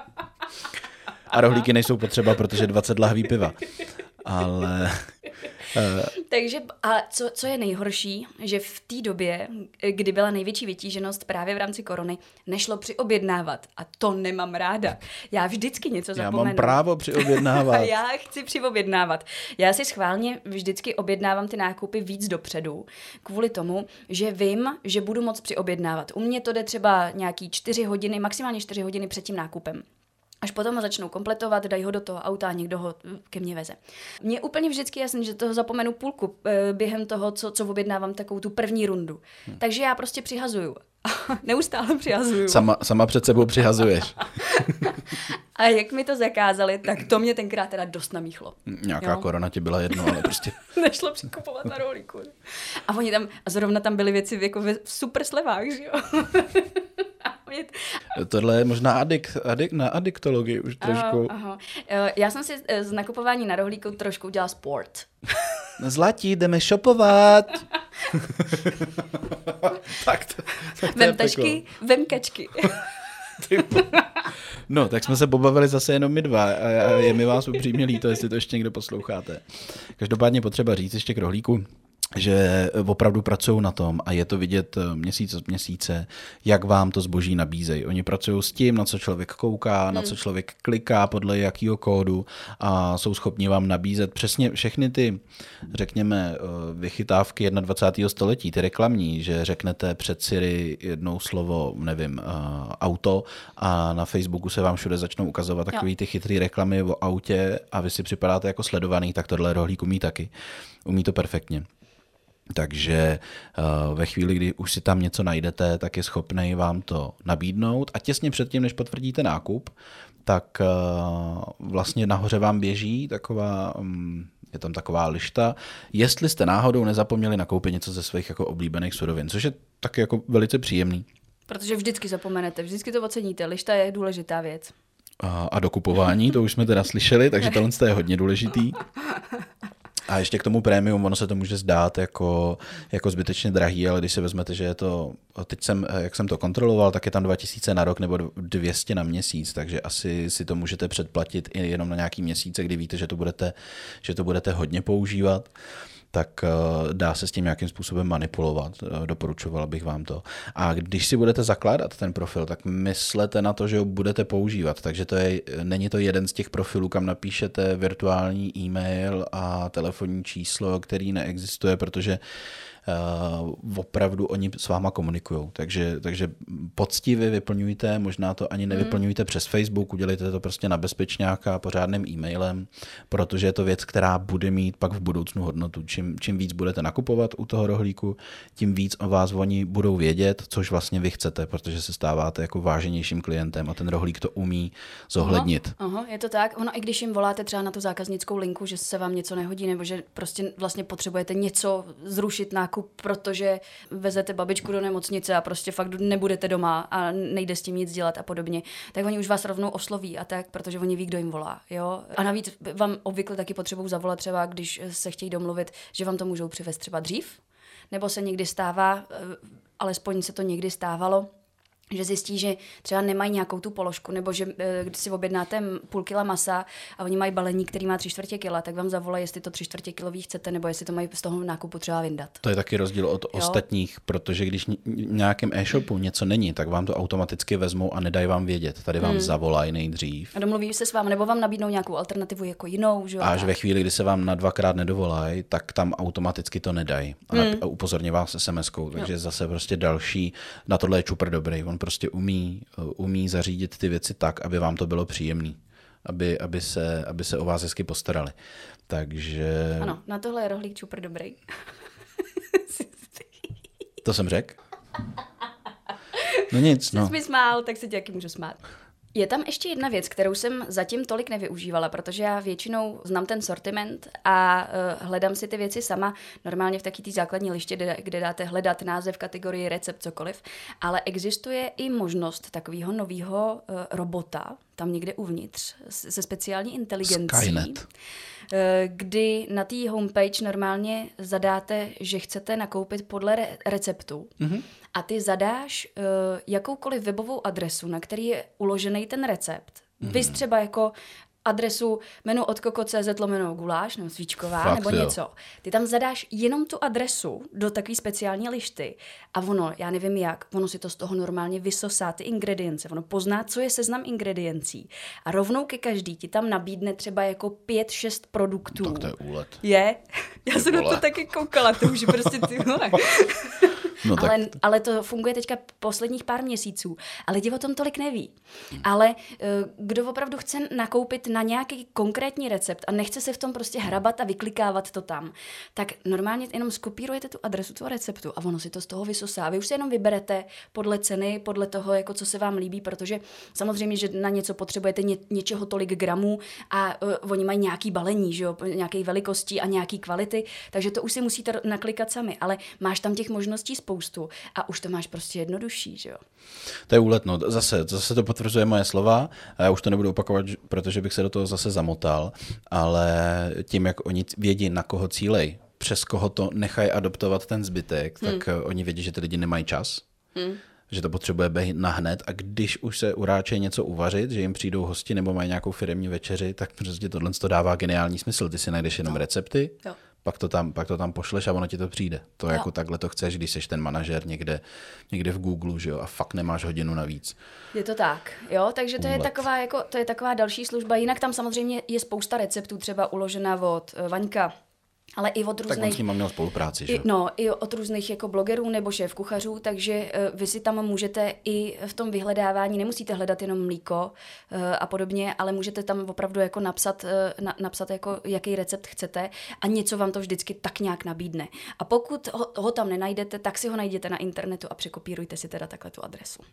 A rohlíky nejsou potřeba, protože 20 lahví piva. Ale... Takže, a co je nejhorší, že v té době, kdy byla největší vytíženost právě v rámci korony, nešlo přiobjednávat. A to nemám ráda. Já vždycky něco zapomenu. Já mám právo přiobjednávat. A já chci přiobjednávat. Já si schválně vždycky objednávám ty nákupy víc dopředu, kvůli tomu, že vím, že budu moc přiobjednávat. U mě to jde třeba nějaký 4 hodiny, maximálně 4 hodiny před tím nákupem. Až potom ho začnou kompletovat, dají ho do toho auta a někdo ho ke mně veze. Mně úplně vždycky jasný, že toho zapomenu půlku během toho, co objednávám takovou tu první rundu. Takže já prostě přihazuju. Neustále přihazuju. Sama před sebou přihazuješ. A jak mi to zakázali, tak to mě tenkrát teda dost namíchlo. Nějaká korona ti byla jedno, ale prostě... Nešlo přikupovat na rohlíku. A oni tam, a zrovna tam byly věci jako v super slevách, že jo? Tohle je možná na adiktologii už trošku. Aha. Já jsem si z nakupování na rohlíku trošku udělala sport. Zlatí, jdeme shopovat. tak to vem tašky, vem kačky. No, tak jsme se pobavili zase jenom my dva a je mi vás upřímně líto, jestli to ještě někdo posloucháte. Každopádně potřeba říct ještě k rohlíku, že opravdu pracují na tom a je to vidět měsíc od měsíce, jak vám to zboží nabízejí. Oni pracují s tím, na co člověk kouká, na co člověk kliká, podle jakého kódu a jsou schopni vám nabízet přesně všechny ty, řekněme, vychytávky 21. století, ty reklamní, že řeknete před Siri jednou slovo, nevím, auto a na Facebooku se vám všude začnou ukazovat takový ty chytrý reklamy o autě a vy si připadáte jako sledovaný, tak tohle rohlík umí taky. Umí to perfektně. Takže ve chvíli, kdy už si tam něco najdete, tak je schopný vám to nabídnout a těsně předtím, než potvrdíte nákup, tak vlastně nahoře vám běží je tam taková lišta, jestli jste náhodou nezapomněli nakoupit něco ze svých jako oblíbených surovin, což je taky jako velice příjemný. Protože vždycky zapomenete, vždycky to oceníte, lišta je důležitá věc. A dokupování, to už jsme teda slyšeli, takže tohle je hodně důležitý. A ještě k tomu prémium, ono se to může zdát jako zbytečně drahý, ale když si vezmete, že je to, jak jsem to kontroloval, tak je tam 2000 na rok nebo 200 na měsíc, takže asi si to můžete předplatit i jenom na nějaký měsíce, kdy víte, že to budete hodně používat, tak dá se s tím nějakým způsobem manipulovat. Doporučoval bych vám to. A když si budete zakládat ten profil, tak myslete na to, že ho budete používat. Takže není to jeden z těch profilů, kam napíšete virtuální e-mail a telefonní číslo, který neexistuje, protože opravdu oni s váma komunikují. Takže poctivě vyplňujte, možná to ani nevyplňujte přes Facebook, udělejte to prostě na bezpečňák a pořádným e-mailem, protože je to věc, která bude mít pak v budoucnu hodnotu. Čím víc budete nakupovat u toho rohlíku, tím víc o vás oni budou vědět, což vlastně vy chcete, protože se stáváte jako váženějším klientem a ten rohlík to umí zohlednit. Aha, je to tak. Ono, i když jim voláte třeba na tu zákaznickou linku, že se vám něco nehodí, nebo že prostě vlastně potřebujete něco zrušit nákup, protože vezete babičku do nemocnice a prostě fakt nebudete doma a nejde s tím nic dělat a podobně, tak oni už vás rovnou osloví a tak, protože oni ví, kdo jim volá. Jo? A navíc vám obvykle taky potřebují zavolat třeba, když se chtějí domluvit, že vám to můžou přivést třeba dřív, nebo se někdy stává, alespoň se to někdy stávalo, že zjistí, že třeba nemají nějakou tu položku, nebo že když si objednáte půl kila masa a oni mají balení, který má 3/4 kila, tak vám zavolají, jestli to 3/4 kilový chcete, nebo jestli to mají z toho nákupu třeba vyndat. To je taky rozdíl od ostatních, protože když v nějakém e-shopu něco není, tak vám to automaticky vezmou a nedají vám vědět. Tady vám zavolají nejdřív. A domluví se s vámi, nebo vám nabídnou nějakou alternativu jako jinou. Že? A až ve chvíli, kdy se vám na 2krát nedovolají, tak tam automaticky to nedají. A upozorní vás SMS-kou. Takže zase prostě další, na tohle je Čupr dobrý. On prostě umí zařídit ty věci tak, aby vám to bylo příjemné, aby se o vás hezky postarali. Takže... Ano, na tohle je rohlík Čupr dobrý. To jsem řekl? No nic, no. Jsi mi smál, tak se tě taky můžu smát. Je tam ještě jedna věc, kterou jsem zatím tolik nevyužívala, protože já většinou znám ten sortiment a hledám si ty věci sama, normálně v taky té základní liště, kde dáte hledat název, kategorii, recept, cokoliv, ale existuje i možnost takového nového robota, tam někde uvnitř, se speciální inteligencí. Skynet. Kdy na té homepage normálně zadáte, že chcete nakoupit podle receptu a ty zadáš jakoukoliv webovou adresu, na který je uložený ten recept. Vys třeba jako adresu menu od koko.cz/guláš nebo svíčková Fakt, nebo jo. něco. Ty tam zadáš jenom tu adresu do takové speciální lišty a ono, já nevím jak, ono si to z toho normálně vysosá ty ingredience, ono pozná, co je seznam ingrediencí a rovnou ke každý ti tam nabídne třeba jako 5-6 produktů. Tak to je úlet. Je? Já jsem na vole. to taky koukala, to už prostě ty vole. No, tak... ale to funguje teďka posledních pár měsíců a lidi o tom tolik neví. Ale kdo opravdu chce nakoupit na nějaký konkrétní recept a nechce se v tom prostě hrabat a vyklikávat to tam, tak normálně jenom skopírujete tu adresu toho receptu a ono si to z toho vysosá. Vy už se jenom vyberete podle ceny, podle toho, jako co se vám líbí, protože samozřejmě, že na něco potřebujete něčeho tolik gramů a oni mají nějaký balení, že jo, nějaké velikostí a nějaký kvality, takže to už si musíte naklikat sami, ale máš tam těch možností spoustu a už to máš prostě jednodušší, že jo. To je úlet, no. Zase to potvrzuje moje slova a já už to nebudu opakovat, protože bych se do toho zase zamotal, ale tím, jak oni vědí, na koho cílej, přes koho to nechají adoptovat ten zbytek, tak oni vědí, že ty lidi nemají čas, že to potřebuje být nahned a když už se uráčejí něco uvařit, že jim přijdou hosti nebo mají nějakou firemní večeři, tak prostě tohle to dává geniální smysl. Ty si najdeš jenom recepty, Jo. pak to tam pošleš a ono ti to přijde. To jako takhle to chceš, když jsi ten manažer někde v Google, že jo, a fakt nemáš hodinu navíc. Je to tak, jo, takže to je taková další služba. Jinak tam samozřejmě je spousta receptů, třeba uložená od Vaňka, ale i od různých... Tak on s ním měl spolupráci, že? I od různých jako blogerů nebo šéf kuchařů, takže vy si tam můžete i v tom vyhledávání, nemusíte hledat jenom mlíko a podobně, ale můžete tam opravdu jako napsat jako jaký recept chcete a něco vám to vždycky tak nějak nabídne. A pokud ho tam nenajdete, tak si ho najděte na internetu a překopírujte si teda takhle tu adresu.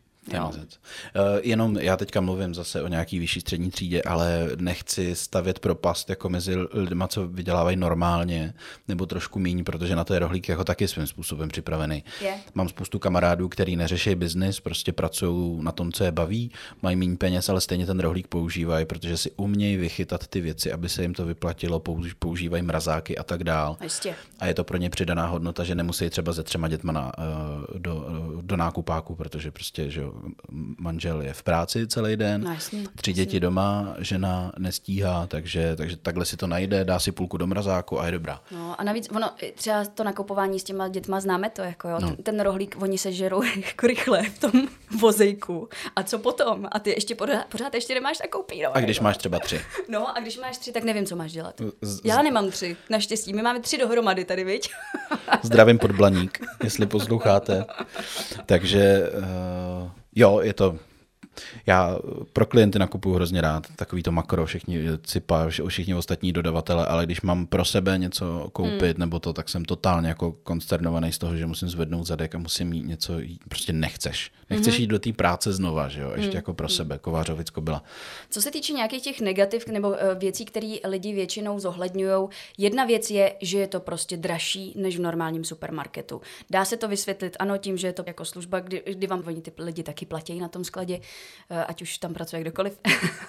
Jenom já teďka mluvím zase o nějaký vyšší střední třídě, ale nechci stavět propast jako mezi lidma, co vydělávají normálně, nebo trošku míň, protože na to je rohlík jako taky svým způsobem připravený. Mám spoustu kamarádů, který neřeší biznis, prostě pracují na tom, co je baví, mají míň peněz, ale stejně ten rohlík používají, protože si umějí vychytat ty věci, aby se jim to vyplatilo, používají mrazáky a tak dál. Jistě. A je to pro ně přidaná hodnota, že nemusí třeba se 3 dětma do nákupáku, protože prostě, že manžel je v práci celý den, 3 děti doma, žena nestíhá, takže takhle si to najde, dá si půlku do mrazáku a je dobrá. extra. No a navíc ono, třeba to nakupování s těma dětma známe to, jako jo, ten rohlík, oni se žerou jako rychle v tom vozejku. A co potom? A ty ještě pořád ještě nemáš takovou píro. A když máš třeba 3. No a když máš 3, tak nevím, co máš dělat. Já nemám 3, naštěstí. My máme 3 dohromady tady, viď? Zdravím Podblaník, jestli posloucháte. Takže jo, je to... Já pro klienty nakupuju hrozně rád, takový to makro, všichni cipa, všichni ostatní dodavatele, ale když mám pro sebe něco koupit nebo to, tak jsem totálně jako konsternovaný z toho, že musím zvednout zadek a musím jít něco, prostě nechceš. Nechceš jít do té práce znova, že jo, ještě jako pro sebe, kovářovicko byla. Co se týče nějakých těch negativ nebo věcí, které lidi většinou zohledňují, jedna věc je, že je to prostě dražší než v normálním supermarketu. Dá se to vysvětlit, ano, tím, že je to jako služba, kdy vám oni ty lidi taky platí na tom skladě, ať už tam pracuje kdokoliv.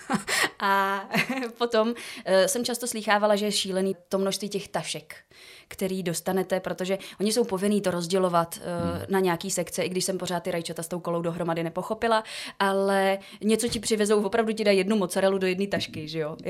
A potom jsem často slýchávala, že je šílený to množství těch tašek, který dostanete, protože oni jsou povinní to rozdělovat na nějaký sekce, i když jsem pořád ty rajčata s tou kolou dohromady nepochopila, ale něco ti přivezou, opravdu ti dají jednu mozzarellu do jedné tašky, že jo?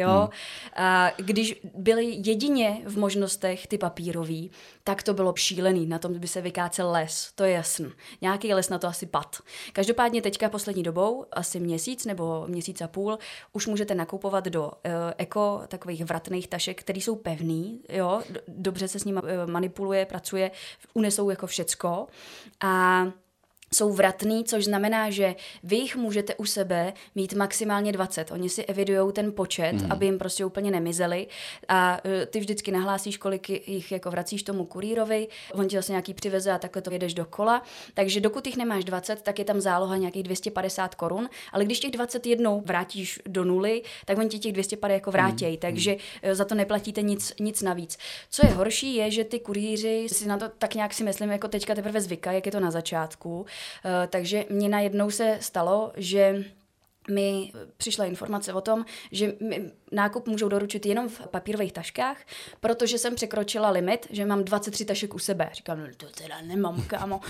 A když byly jedině v možnostech ty papírový, tak to bylo šílený, na tom by se vykácel les, to je jasný. Nějaký les na to asi pad. Každopádně teďka poslední dobou, asi měsíc nebo měsíc a půl, už můžete nakupovat do eko takových vratných tašek, které jsou pevný, jo, dobře se s nimi manipuluje, pracuje, unesou jako všecko a jsou vratný, což znamená, že vy jich můžete u sebe mít maximálně 20. Oni si evidujou ten počet, aby jim prostě úplně nemizeli a ty vždycky nahlásíš, kolik jich jako vracíš tomu kurýrovi, on ti zase nějaký přiveze a takhle to jedeš dokola. Takže dokud jich nemáš 20, tak je tam záloha nějakých 250 korun, ale když těch 20 jednou vrátíš do nuly, tak oni ti těch 250 jako vrátějí, takže za to neplatíte nic navíc. Co je horší, je, že ty kurýři si na to tak nějak si myslím, jako teďka teprve zvykají, jak je to na začátku. Takže mně najednou se stalo, že mi přišla informace o tom, že mi nákup můžou doručit jenom v papírových taškách, protože jsem překročila limit, že mám 23 tašek u sebe. Říkám, no to teda nemám, kámo.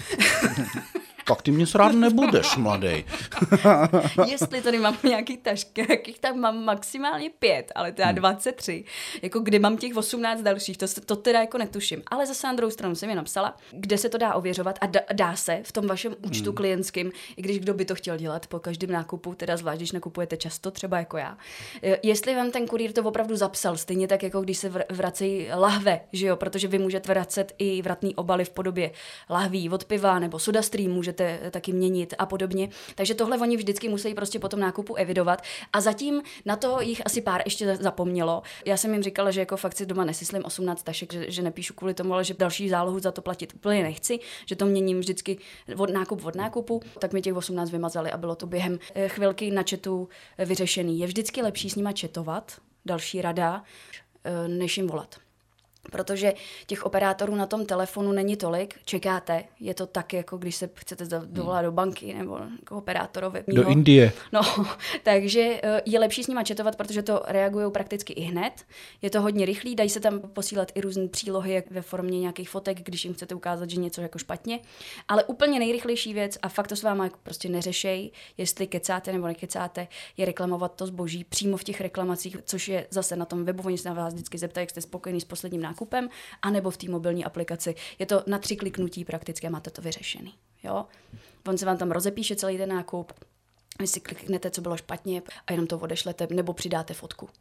Tak ty mě srát nebudeš, mladej. Jestli tady mám nějaký tašky, jakých tam mám maximálně 5, ale teda 23. Jako kde mám těch 18 dalších, to teda jako netuším. Ale zase na druhou stranu jsem jenom psala, kde se to dá ověřovat a dá se v tom vašem účtu klientským, i když kdo by to chtěl dělat po každém nákupu, teda zvlášť, když nakupujete často, třeba jako já. Jestli vám ten kurýr to opravdu zapsal, stejně tak, jako když se vracejí lahve, že jo, protože vy můžete vracet i vratný obaly v podobě lahví od piva nebo SodaStream můžete taky měnit a podobně. Takže tohle oni vždycky musí prostě po tom nákupu evidovat a zatím na to jich asi pár ještě zapomnělo. Já jsem jim říkala, že jako fakt si doma nesyslím 18 tašek, že nepíšu kvůli tomu, ale že další zálohu za to platit úplně nechci, že to měním vždycky od nákupu, tak mi těch 18 vymazali a bylo to během chvilky na chatu vyřešený. Je vždycky lepší s nima chatovat, další rada, než jim volat. Protože těch operátorů na tom telefonu není tolik, čekáte, je to tak, jako když se chcete dovolat do banky nebo jako operátorovi. Do Indie. No, takže je lepší s nima chatovat, protože to reagují prakticky i hned. Je to hodně rychlý, dají se tam posílat i různé přílohy jak ve formě nějakých fotek, když jim chcete ukázat, že něco jako špatně. Ale úplně nejrychlejší věc, a fakt to s váma prostě neřešej, jestli kecáte nebo nekecáte, je reklamovat to zboží přímo v těch reklamacích, což je zase na tom webu, oni se na vás vždycky zeptají, jak jste spokojený s posledním nákupem, anebo v té mobilní aplikaci. Je to na 3 kliknutí prakticky a máte to vyřešený. Jo? On se vám tam rozepíše celý ten nákup, vy si kliknete, co bylo špatně a jenom to odešlete, nebo přidáte fotku.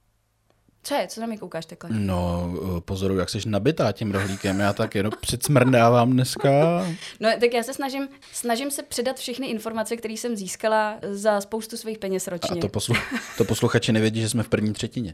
Co je? Co na mě koukáš takhle? No, pozoruju, jak jsi nabitá tím rohlíkem. Já tak jenom předsmrdávám dneska. No, tak já se snažím se předat všechny informace, které jsem získala za spoustu svých peněz ročně. A to posluchači nevědí, že jsme v první třetině.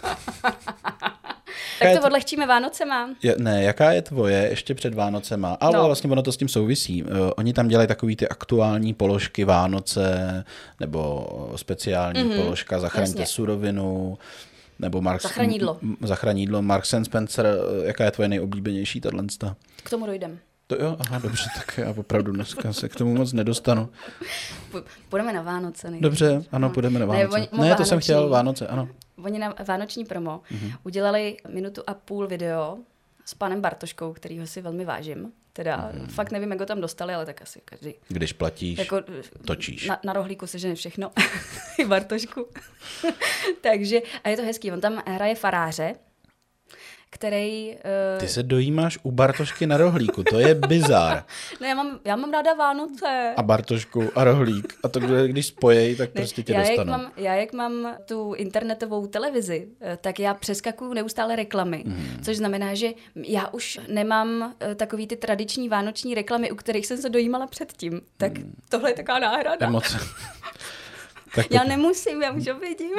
Tak to odlehčíme Vánocema. Ne, jaká je tvoje ještě před Vánocema? Ale vlastně ono to s tím souvisí. Oni tam dělají takový ty aktuální položky Vánoce, nebo speciální položka Zachraňte surovinu, nebo Zachraňidlo. Marks & Spencer. Jaká je tvoje nejoblíbenější tato? K tomu dojdem. To jo, aha, dobře, tak já opravdu dneska se k tomu moc nedostanu. Půjdeme na Vánoce. Dobře, ano, půjdeme na Vánoce. Ne, to jsem chtěl, Vánoce, ano. Oni na vánoční promo udělali 1,5 minuty video s panem Bartoškou, kterýho si velmi vážím. Teda fakt nevím, jak ho tam dostali, ale tak asi každý. Když platíš, jako, točíš. Na rohlíku sežene všechno. I Bartošku. Takže, a je to hezký, on tam hraje faráře, který... Ty se dojímáš u Bartošky na rohlíku, to je bizár. No já mám ráda Vánoce. A Bartošku a rohlík. A to, když spojej, tak prostě tě dostanou. Jak mám tu internetovou televizi, tak já přeskakuju neustále reklamy. Což znamená, že já už nemám takový ty tradiční vánoční reklamy, u kterých jsem se dojímala předtím. Tak tohle je taková náhrada. Emoce. Já nemusím, já už ho vidím.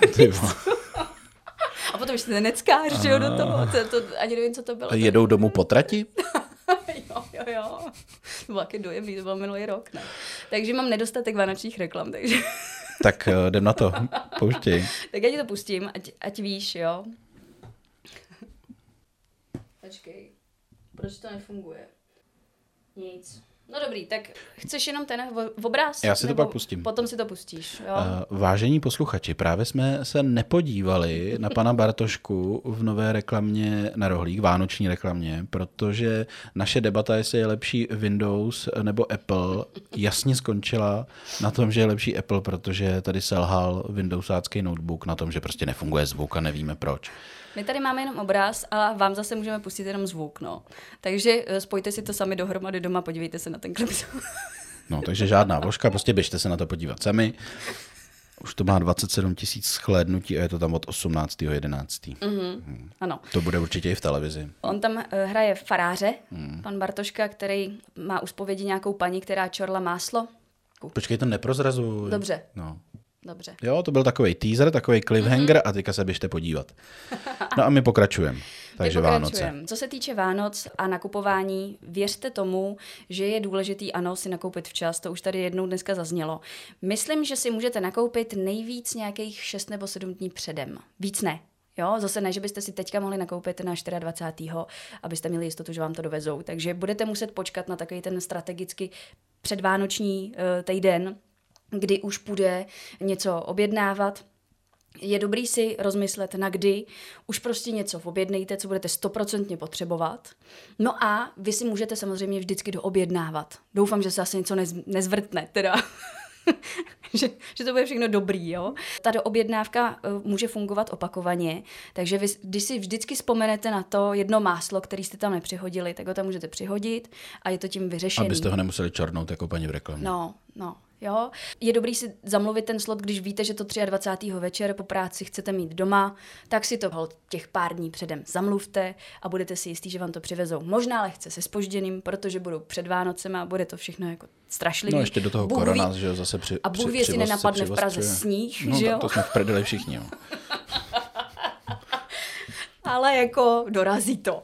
A potom ještě ten neckář, že jo, do toho. To ani nevím, co to bylo. Jedou domů po trati? jo. To bylo taky dojemný, to byl minulý rok, ne? Takže mám nedostatek vánočních reklam, takže... Tak jdem na to, pouštěj. Tak já ti to pustím, ať víš, jo. Počkej, proč to nefunguje? Nic. No dobrý, tak chceš jenom ten obraz? Já si to pak pustím. Potom si to pustíš, jo? Vážení posluchači, právě jsme se nepodívali na pana Bartošku v nové reklamě na rohlík, vánoční reklamě, protože naše debata, jestli je lepší Windows nebo Apple, jasně skončila na tom, že je lepší Apple, protože tady selhal Windowsácký notebook na tom, že prostě nefunguje zvuk a nevíme proč. My tady máme jenom obraz a vám zase můžeme pustit jenom zvuk, no. Takže spojte si to sami dohromady doma, podívejte se na ten klip. No, takže žádná vložka, prostě běžte se na to podívat sami. Už to má 27 000 shlédnutí a je to tam od 18.11. Ano. To bude určitě i v televizi. On tam hraje faráře, pan Bartoška, který má u zpovědi nějakou paní, která čorla máslo. Počkej, to neprozrazuj. Dobře. No. Dobře. Jo, to byl takový teaser, takový cliffhanger a teďka se běžte podívat. No a my pokračujeme. Takže Vánoce. Co se týče Vánoc a nakupování, věřte tomu, že je důležitý, ano, si nakoupit včas, to už tady jednou dneska zaznělo. Myslím, že si můžete nakoupit nejvíc nějakých 6 nebo 7 dní předem. Víc ne. Jo, zase ne, že byste si teďka mohli nakoupit na 24., abyste měli jistotu, že vám to dovezou. Takže budete muset počkat na takový ten strategicky předvánoční týden, kdy už bude něco objednávat. Je dobrý si rozmyslet, na kdy už prostě něco objednejte, co budete 100% potřebovat. No a vy si můžete samozřejmě vždycky doobjednávat. Doufám, že se asi něco nezvrtne, teda. že to bude všechno dobrý, jo. Ta doobjednávka může fungovat opakovaně, takže vy, když si vždycky vzpomenete na to jedno máslo, který jste tam nepřihodili, tak ho tam můžete přihodit a je to tím vyřešený. Abyste ho nemuseli čornout jako paní v reklamě. No. Jo. Je dobrý si zamluvit ten slot, když víte, že to 23. večer po práci chcete mít doma, tak si to těch pár dní předem zamluvte a budete si jistí, že vám to přivezou. Možná lehce se zpožděným, protože budou před Vánocema a bude to všechno jako strašlivý. No ještě do toho korona, že jo, zase a Bůh ví, jestli nenapadne v Praze sníh, no, že jo? To jsme v prdeli všichni, jo. Ale jako dorazí to.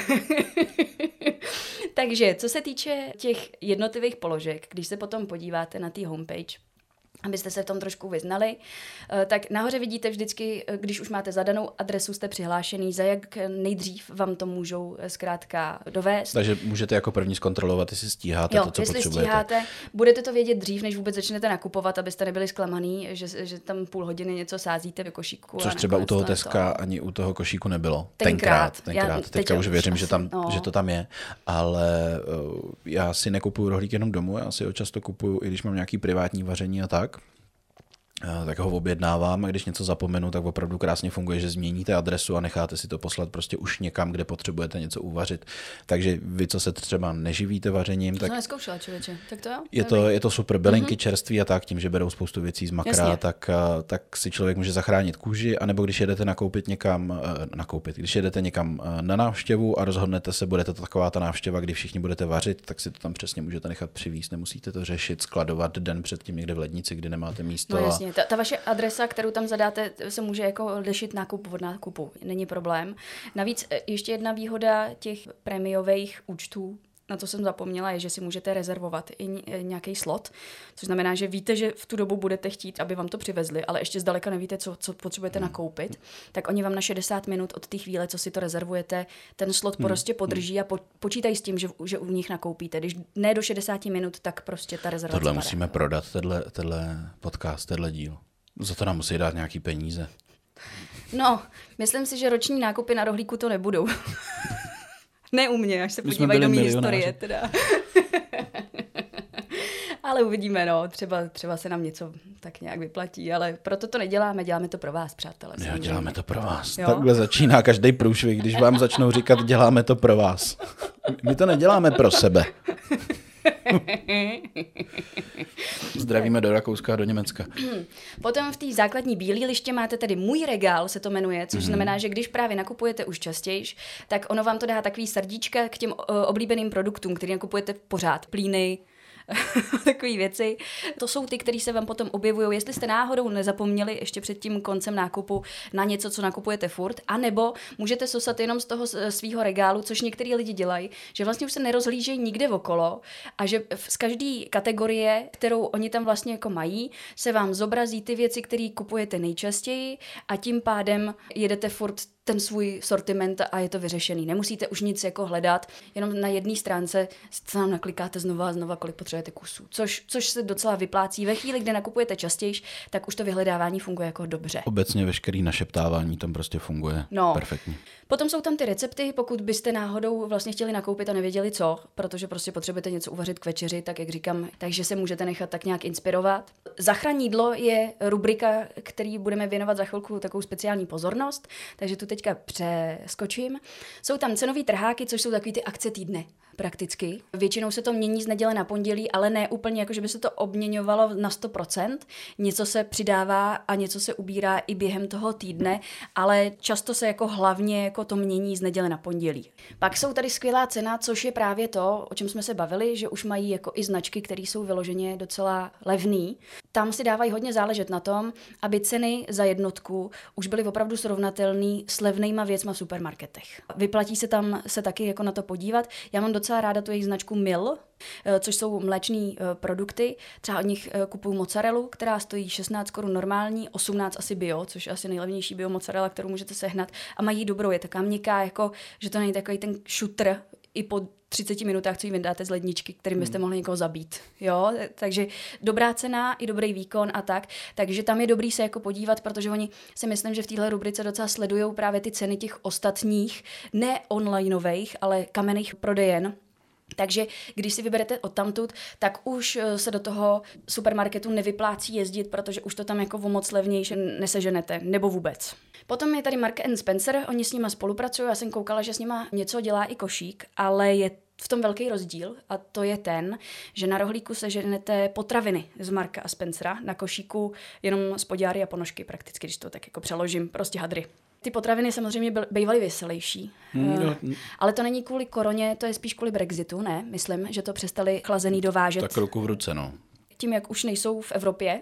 Takže, co se týče těch jednotlivých položek, když se potom podíváte na té homepage, abyste se v tom trošku vyznali, tak nahoře vidíte vždycky, když už máte zadanou adresu, jste přihlášený, za jak nejdřív vám to můžou zkrátka dovést. Takže můžete jako první zkontrolovat, jestli stíháte to, co potřebujete. Stíháte, budete to vědět dřív, než vůbec začnete nakupovat, abyste nebyli zklamaný, že tam půl hodiny něco sázíte v košíku. Což třeba u toho Teska ani u toho košíku nebylo. Tenkrát. Teďka už věřím, že to tam je, ale já si nekupuju rohlík jenom domů, já si ho často kupuju, i když mám nějaký privátní vaření a tak ho objednávám a když něco zapomenu, tak opravdu krásně funguje, že změníte adresu a necháte si to poslat prostě už někam, kde potřebujete něco uvařit. Takže vy, co se třeba neživíte vařením, to tak jsem neskoušela, člověče. Tak to jo? Je to super, bylinky čerství a tak, tím, že berou spoustu věcí z makra, tak si člověk může zachránit kůži, anebo když jedete když jedete někam na návštěvu a rozhodnete se, bude to taková ta návštěva, kdy všichni budete vařit, tak si to tam přesně můžete nechat přivízt, nemusíte to řešit, skladovat den předtím někde v lednici, kdy nemáte místo. No jasně, ta vaše adresa, kterou tam zadáte, se může jako lišit nákup od nákupu, není problém. Navíc ještě jedna výhoda těch prémiových účtů, na co jsem zapomněla, je, že si můžete rezervovat i nějaký slot, což znamená, že víte, že v tu dobu budete chtít, aby vám to přivezli, ale ještě zdaleka nevíte, co potřebujete nakoupit, tak oni vám na 60 minut od té chvíle, co si to rezervujete, ten slot prostě podrží a počítají s tím, že u nich nakoupíte. Když ne do 60 minut, tak prostě ta rezervace Tohle musíme prodat, tenhle podcast, tenhle díl. Za to nám musí dát nějaký peníze. No, myslím si, že roční nákupy na rohlíku to nebudou. Ne u mě, až se podívají do mé historie. Teda. Ale uvidíme, no, třeba se nám něco tak nějak vyplatí, ale proto to neděláme, děláme to pro vás, přátelé. Jo, děláme to pro vás. Jo? Takhle začíná každý průšvih, když vám začnou říkat, děláme to pro vás. My to neděláme pro sebe. Zdravíme do Rakouska a do Německa. Potom v té základní bílé liště máte tedy Můj regál, se to jmenuje, což znamená, že když právě nakupujete už častěji, tak ono vám to dá takový srdíčka k těm oblíbeným produktům, který nakupujete pořád. Plíny, takové věci. To jsou ty, které se vám potom objevují. Jestli jste náhodou nezapomněli ještě před tím koncem nákupu na něco, co nakupujete furt, anebo můžete sosat jenom z toho svého regálu, což některý lidi dělají, že vlastně už se nerozhlížejí nikde okolo a že z každé kategorie, kterou oni tam vlastně jako mají, se vám zobrazí ty věci, které kupujete nejčastěji a tím pádem jedete furt ten svůj sortiment a je to vyřešený. Nemusíte už nic jako hledat, jenom na jedné stránce tam naklikáte znova a znova, kolik potřebujete kusů. Což se docela vyplácí. Ve chvíli, kdy nakupujete častěji, tak už to vyhledávání funguje jako dobře. Obecně veškerý našeptávání tam prostě funguje perfektně. Potom jsou tam ty recepty, pokud byste náhodou vlastně chtěli nakoupit a nevěděli co, protože prostě potřebujete něco uvařit k večeři, tak jak říkám, takže se můžete nechat tak nějak inspirovat. Zachraň jídlo je rubrika, který budeme věnovat za chvilku takovou speciální pozornost, takže tu teďka přeskočím. Jsou tam cenové trháky, což jsou takový ty akce týdne. Prakticky. Většinou se to mění z neděle na pondělí, ale ne úplně jako, že by se to obměňovalo na 100%. Něco se přidává a něco se ubírá i během toho týdne, ale často se jako hlavně jako to mění z neděle na pondělí. Pak jsou tady skvělá cena, což je právě to, o čem jsme se bavili, že už mají jako i značky, které jsou vyloženě docela levný. Tam si dávají hodně záležet na tom, aby ceny za jednotku už byly opravdu srovnatelné s levnejma věcma v supermarketech. Vyplatí se tam se taky jako na to podívat. Já mám docela ráda tu jejich značku Mil, což jsou mléčné produkty. Třeba od nich kupuju mozzarellu, která stojí 16 korun normální, 18 asi bio, což je asi nejlevnější bio mozzarella, kterou můžete sehnat. A mají dobrou, je taková měkká, jako, že to není takový ten šutr i po 30 minutách, co ji vyndáte z ledničky, kterým byste mohli někoho zabít. Jo? Takže dobrá cena i dobrý výkon a tak. Takže tam je dobrý se jako podívat, protože oni si myslím, že v téhle rubrice docela sledují právě ty ceny těch ostatních, ne onlineových, ale kamenných prodejen. Takže když si vyberete odtamtud, tak už se do toho supermarketu nevyplácí jezdit, protože už to tam jako o moc levnější neseženete, nebo vůbec. Potom je tady Marks & Spencer, oni s nima spolupracují, já jsem koukala, že s nima něco dělá i košík, ale je v tom velký rozdíl a to je ten, že na rohlíku seženete potraviny z Marka a Spencera, na košíku jenom spodňáry a ponožky prakticky, když to tak jako přeložím, prostě hadry. Ty potraviny samozřejmě bývaly veselější, ale to není kvůli koroně, to je spíš kvůli Brexitu, ne? Myslím, že to přestali chlazený dovážet. Tak ruku v ruce, no. Tím, jak už nejsou v Evropě,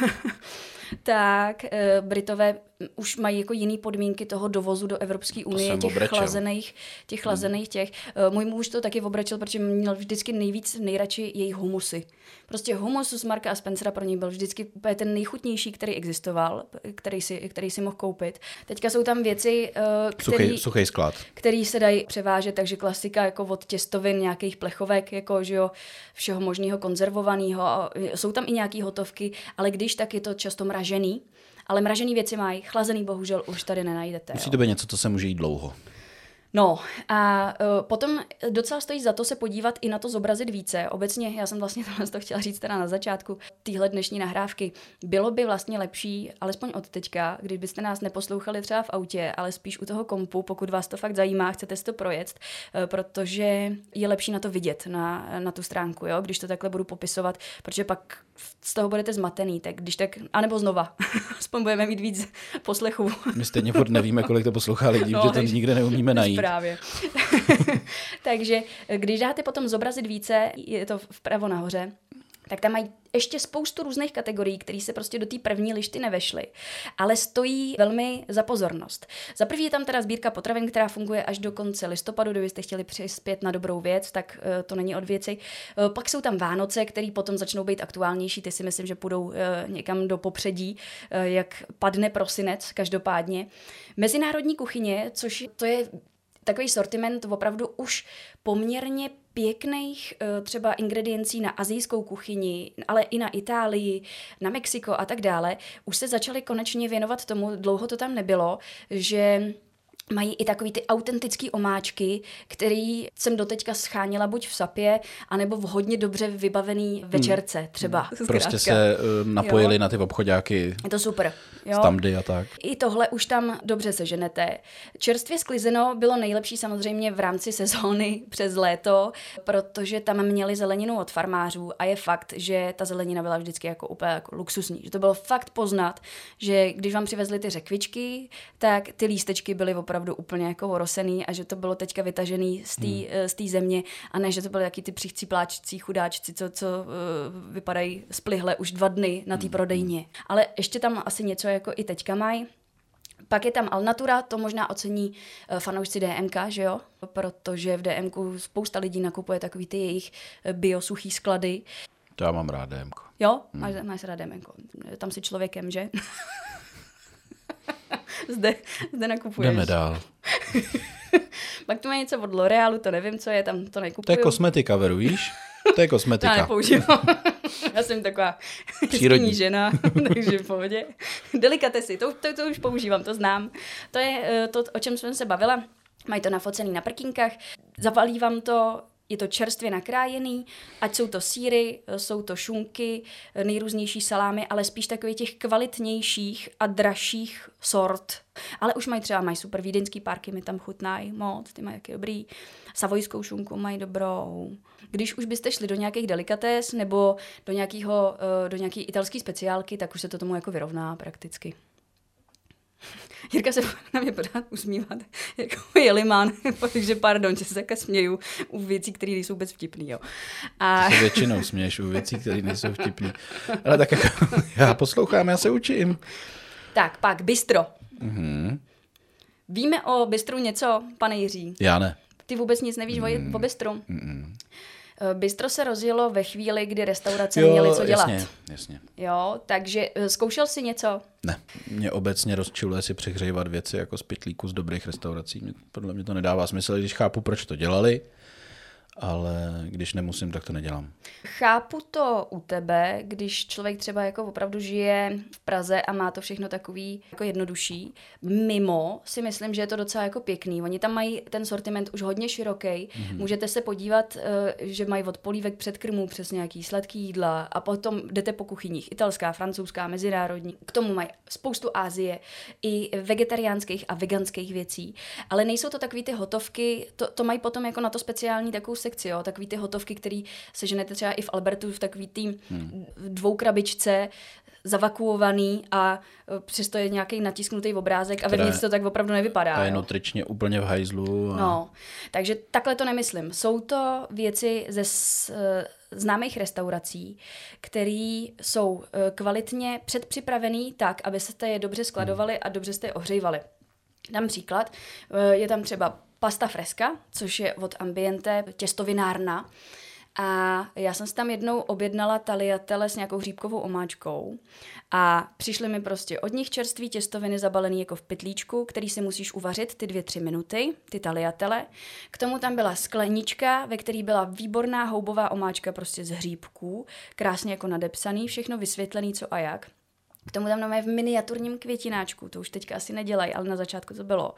tak Britové už mají jako jiný podmínky toho dovozu do Evropské unie, těch chlazených. Můj muž to taky obrečil, protože měl vždycky nejradši jejich humusy. Prostě humus z Marka a Spencera pro něj byl vždycky ten nejchutnější, který existoval, který si mohl koupit. Teďka jsou tam věci, suchý sklad, který se dají převážet, takže klasika jako od těstovin, nějakých plechovek, jako že jo, všeho možného konzervovaného. Jsou tam i nějaký hotovky, ale když tak je to často mražený. Ale mražený věci mají, chlazený bohužel už tady nenajdete. Musí to být něco, co se může jít dlouho. No a potom docela stojí za to se podívat i na to zobrazit více. Obecně, já jsem vlastně to chtěla říct teda na začátku téhle dnešní nahrávky, bylo by vlastně lepší, alespoň od teďka, kdybyste nás neposlouchali třeba v autě, ale spíš u toho kompu, pokud vás to fakt zajímá, chcete si to projet, protože je lepší na to vidět, na tu stránku, jo? Když to takhle budu popisovat, protože pak z toho budete zmatený, tak když tak, anebo znova, aspoň budeme mít víc poslechů. My stejně furt nevíme, kolik to poslouchá lidí, že to nikde neumíme najít. Právě. Takže když dáte potom zobrazit více, je to vpravo nahoře, tak tam mají ještě spoustu různých kategorií, které se prostě do té první lišty nevešly, ale stojí velmi za pozornost. Za první je tam teda sbírka potravin, která funguje až do konce listopadu, kdybyste chtěli přispět na dobrou věc, tak to není od věci. Pak jsou tam Vánoce, které potom začnou být aktuálnější, ty si myslím, že půjdou někam do popředí, jak padne prosinec každopádně. Mezinárodní kuchyně, což to je takový sortiment opravdu už poměrně pěkných třeba ingrediencí na asijskou kuchyni, ale i na Itálii, na Mexiko a tak dále, už se začali konečně věnovat tomu, dlouho to tam nebylo, že mají i takový ty autentický omáčky, který jsem doteďka scháněla buď v Sapě, anebo v hodně dobře vybavený večerce třeba. Prostě se napojili na ty obchoďáky. Je to super. Jo? Standy a tak. I tohle už tam dobře seženete. Čerstvě sklizeno bylo nejlepší samozřejmě v rámci sezóny přes léto, protože tam měli zeleninu od farmářů a je fakt, že ta zelenina byla vždycky jako úplně jako luxusní. Že to bylo fakt poznat, že když vám přivezli ty řekvičky, tak ty lístečky byly opravdu úplně jako orosený a že to bylo teďka vytažený z té země a ne, že to byly jaký ty přichcípláčci, chudáčci, co vypadají splihle už 2 dny na té prodejně. Ale ještě tam asi něco jako i teďka mají. Pak je tam Alnatura, to možná ocení fanoušci DMK, že jo? Protože v DMku spousta lidí nakupuje takový ty jejich biosuchý sklady. To já mám rád DMko. Jo? Máš rád DMko. Tam si člověkem, že? Zde nakupuješ. Jdeme dál. Pak tu má něco od L'Orealu, to nevím, co je, tam to nekupuju. To je kosmetika, Veru, víš? To je kosmetika. Já nepoužívám. Já jsem taková přírodní žena, takže v pohodě. Delikatesy, to už používám, to znám. To je to, o čem jsem se bavila. Mají to nafocený na prkínkách. Zavalí vám to, je to čerstvě nakrájený, ať jsou to sýry, jsou to šunky, nejrůznější salámy, ale spíš takových těch kvalitnějších a dražších sort. Ale už mají super vídeňský párky, mi tam chutnají moc, ty mají jaký dobrý. Savojskou šunku mají dobrou. Když už byste šli do nějakých delikates nebo do nějaký italský speciálky, tak už se to tomu jako vyrovná prakticky. Jirka se na mě pořád usmívá, jako jelimán, takže pardon, že se takhle směju u věcí, které nejsou vůbec vtipný. Jo. A... Se většinou směješ u věcí, které nejsou vtipný. Ale tak jako, já poslouchám, já se učím. Tak, pak bistro. Mm-hmm. Víme o bistru něco, pane Jiří? Já ne. Ty vůbec nic nevíš o bistru? Bistro se rozjelo ve chvíli, kdy restaurace měly co dělat. Jasně. Jo, takže zkoušel jsi něco? Ne, mě obecně rozčiluje si přehřejvat věci jako z pytlíku z dobrých restaurací. Podle mě to nedává smysl, když chápu, proč to dělali, ale když nemusím, tak to nedělám. Chápu to u tebe, když člověk třeba jako opravdu žije v Praze a má to všechno takový jako jednodušší. Mimo si myslím, že je to docela jako pěkný. Oni tam mají ten sortiment už hodně široký. Mm-hmm. Můžete se podívat, že mají od polívek předkrmů přes nějaký sladký jídla a potom jdete po kuchyních. Italská, francouzská, mezinárodní. K tomu mají spoustu Asie i vegetariánských a veganských věcí. Ale nejsou to takový ty hotovky, to mají potom jako na to speciální takovou sekci, jo? Takový ty hotovky, který seženete třeba i v Albertu v takový tým 2 krabičce zavakuovaný a přesto je nějaký natisknutý obrázek a vevnitř to tak opravdu nevypadá. A je nutričně úplně v hajzlu. A... No, takže takhle to nemyslím. Jsou to věci ze známých restaurací, které jsou kvalitně předpřipravený tak, aby se je dobře skladovali a dobře jste je ohřejvali. Dám příklad, je tam třeba pasta fresca, což je od Ambiente těstovinárna. A já jsem si tam jednou objednala tagliatelle s nějakou hříbkovou omáčkou a přišly mi prostě od nich čerství těstoviny zabalený jako v pytlíčku, který si musíš uvařit ty 2-3 minuty, ty tagliatelle. K tomu tam byla sklenička, ve které byla výborná houbová omáčka prostě z hříbků, krásně jako nadepsaný, všechno vysvětlený co a jak. K tomu tam máme v miniaturním květináčku, to už teďka asi nedělají, ale na začátku to bylo.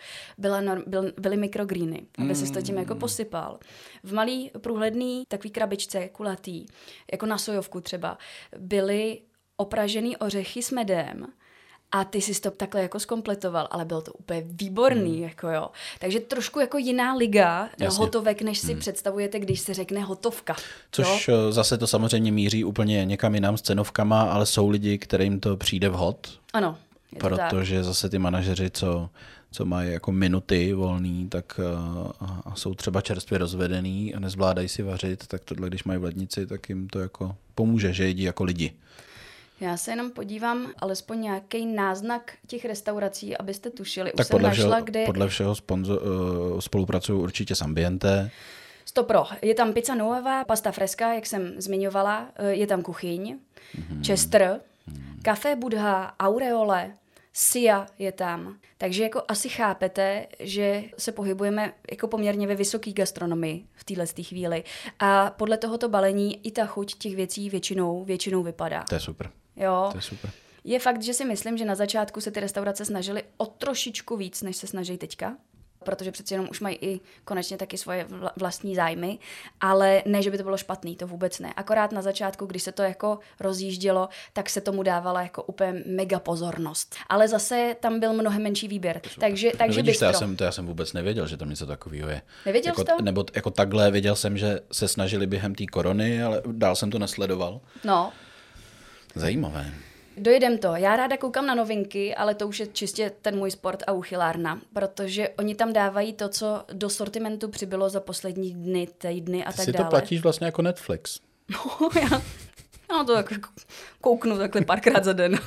Byly mikrogreeny, aby se to tím jako posypal. V malý průhledný takový krabičce, kulatý, jako na sojovku třeba, byly opražený ořechy s medem a ty jsi to takhle jako zkompletoval, ale bylo to úplně výborný, jako jo. Takže trošku jako jiná liga hotovek, než si představujete, když se řekne hotovka. Což zase to samozřejmě míří úplně někam jinam s cenovkama, ale jsou lidi, kterým to přijde vhod. Ano. Protože zase ty manažeři, co mají jako minuty volný, tak jsou třeba čerstvě rozvedený a nezvládají si vařit, tak tohle, když mají v lednici, tak jim to jako pomůže, že jedí jako lidi. Já se jenom podívám, alespoň nějaký náznak těch restaurací, abyste tušili. Tak podle všeho spolupracují určitě s Ambiente. Stopro. Je tam pizza nuova, pasta fresca, jak jsem zmiňovala, je tam kuchyň, Chester, Café Budha, Aureole, Sia je tam. Takže jako asi chápete, že se pohybujeme jako poměrně ve vysoké gastronomii v této chvíli. A podle tohoto balení i ta chuť těch věcí většinou vypadá. To je super. Jo. To je super. Je fakt, že si myslím, že na začátku se ty restaurace snažily o trošičku víc, než se snaží teďka. protože přeci jenom už mají i konečně taky svoje vlastní zájmy, ale ne, že by to bylo špatný, to vůbec ne. Akorát na začátku, když se to jako rozjíždělo, tak se tomu dávala jako úplně mega pozornost. Ale zase tam byl mnohem menší výběr. Takže vidíš, já jsem vůbec nevěděl, že tam něco takového je. Nevěděl jsi to? Nebo jako takhle věděl jsem, že se snažili během té korony, ale dál jsem to nesledoval. No. Zajímavé. Dojedem to. Já ráda koukám na novinky, ale to už je čistě ten můj sport a uchylárna, protože oni tam dávají to, co do sortimentu přibylo za poslední dny, týdny a tak dále. Ty si to platíš vlastně jako Netflix. No, já to jako kouknu takhle párkrát za den.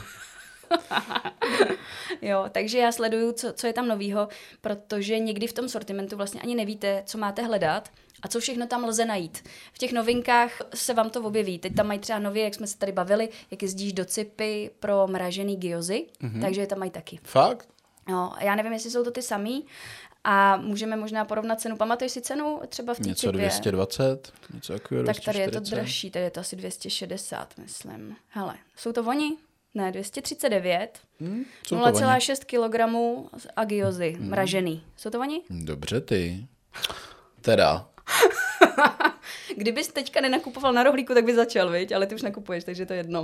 Jo, takže já sleduju, co je tam novýho, protože někdy v tom sortimentu vlastně ani nevíte, co máte hledat a co všechno tam lze najít. V těch novinkách se vám to objeví. Teď tam mají třeba nově, jak jsme se tady bavili, jak jezdíš do Cipy pro mražený gyozy, takže je tam mají taky. Fakt? No, já nevím, jestli jsou to ty samý a můžeme možná porovnat cenu. Pamatuješ si cenu třeba v té něco Cipě? 220, něco takového 240. Tak tady je to dražší, tady je to asi 260, myslím. Hele, jsou to oni? Ne, 239. 0,6 kg a gyozy, mražený. Jsou to oni? Dobře ty. Teda. Kdybys teďka nenakupoval na rohlíku, tak by začal, viď? Ale ty už nakupuješ, takže to je jedno.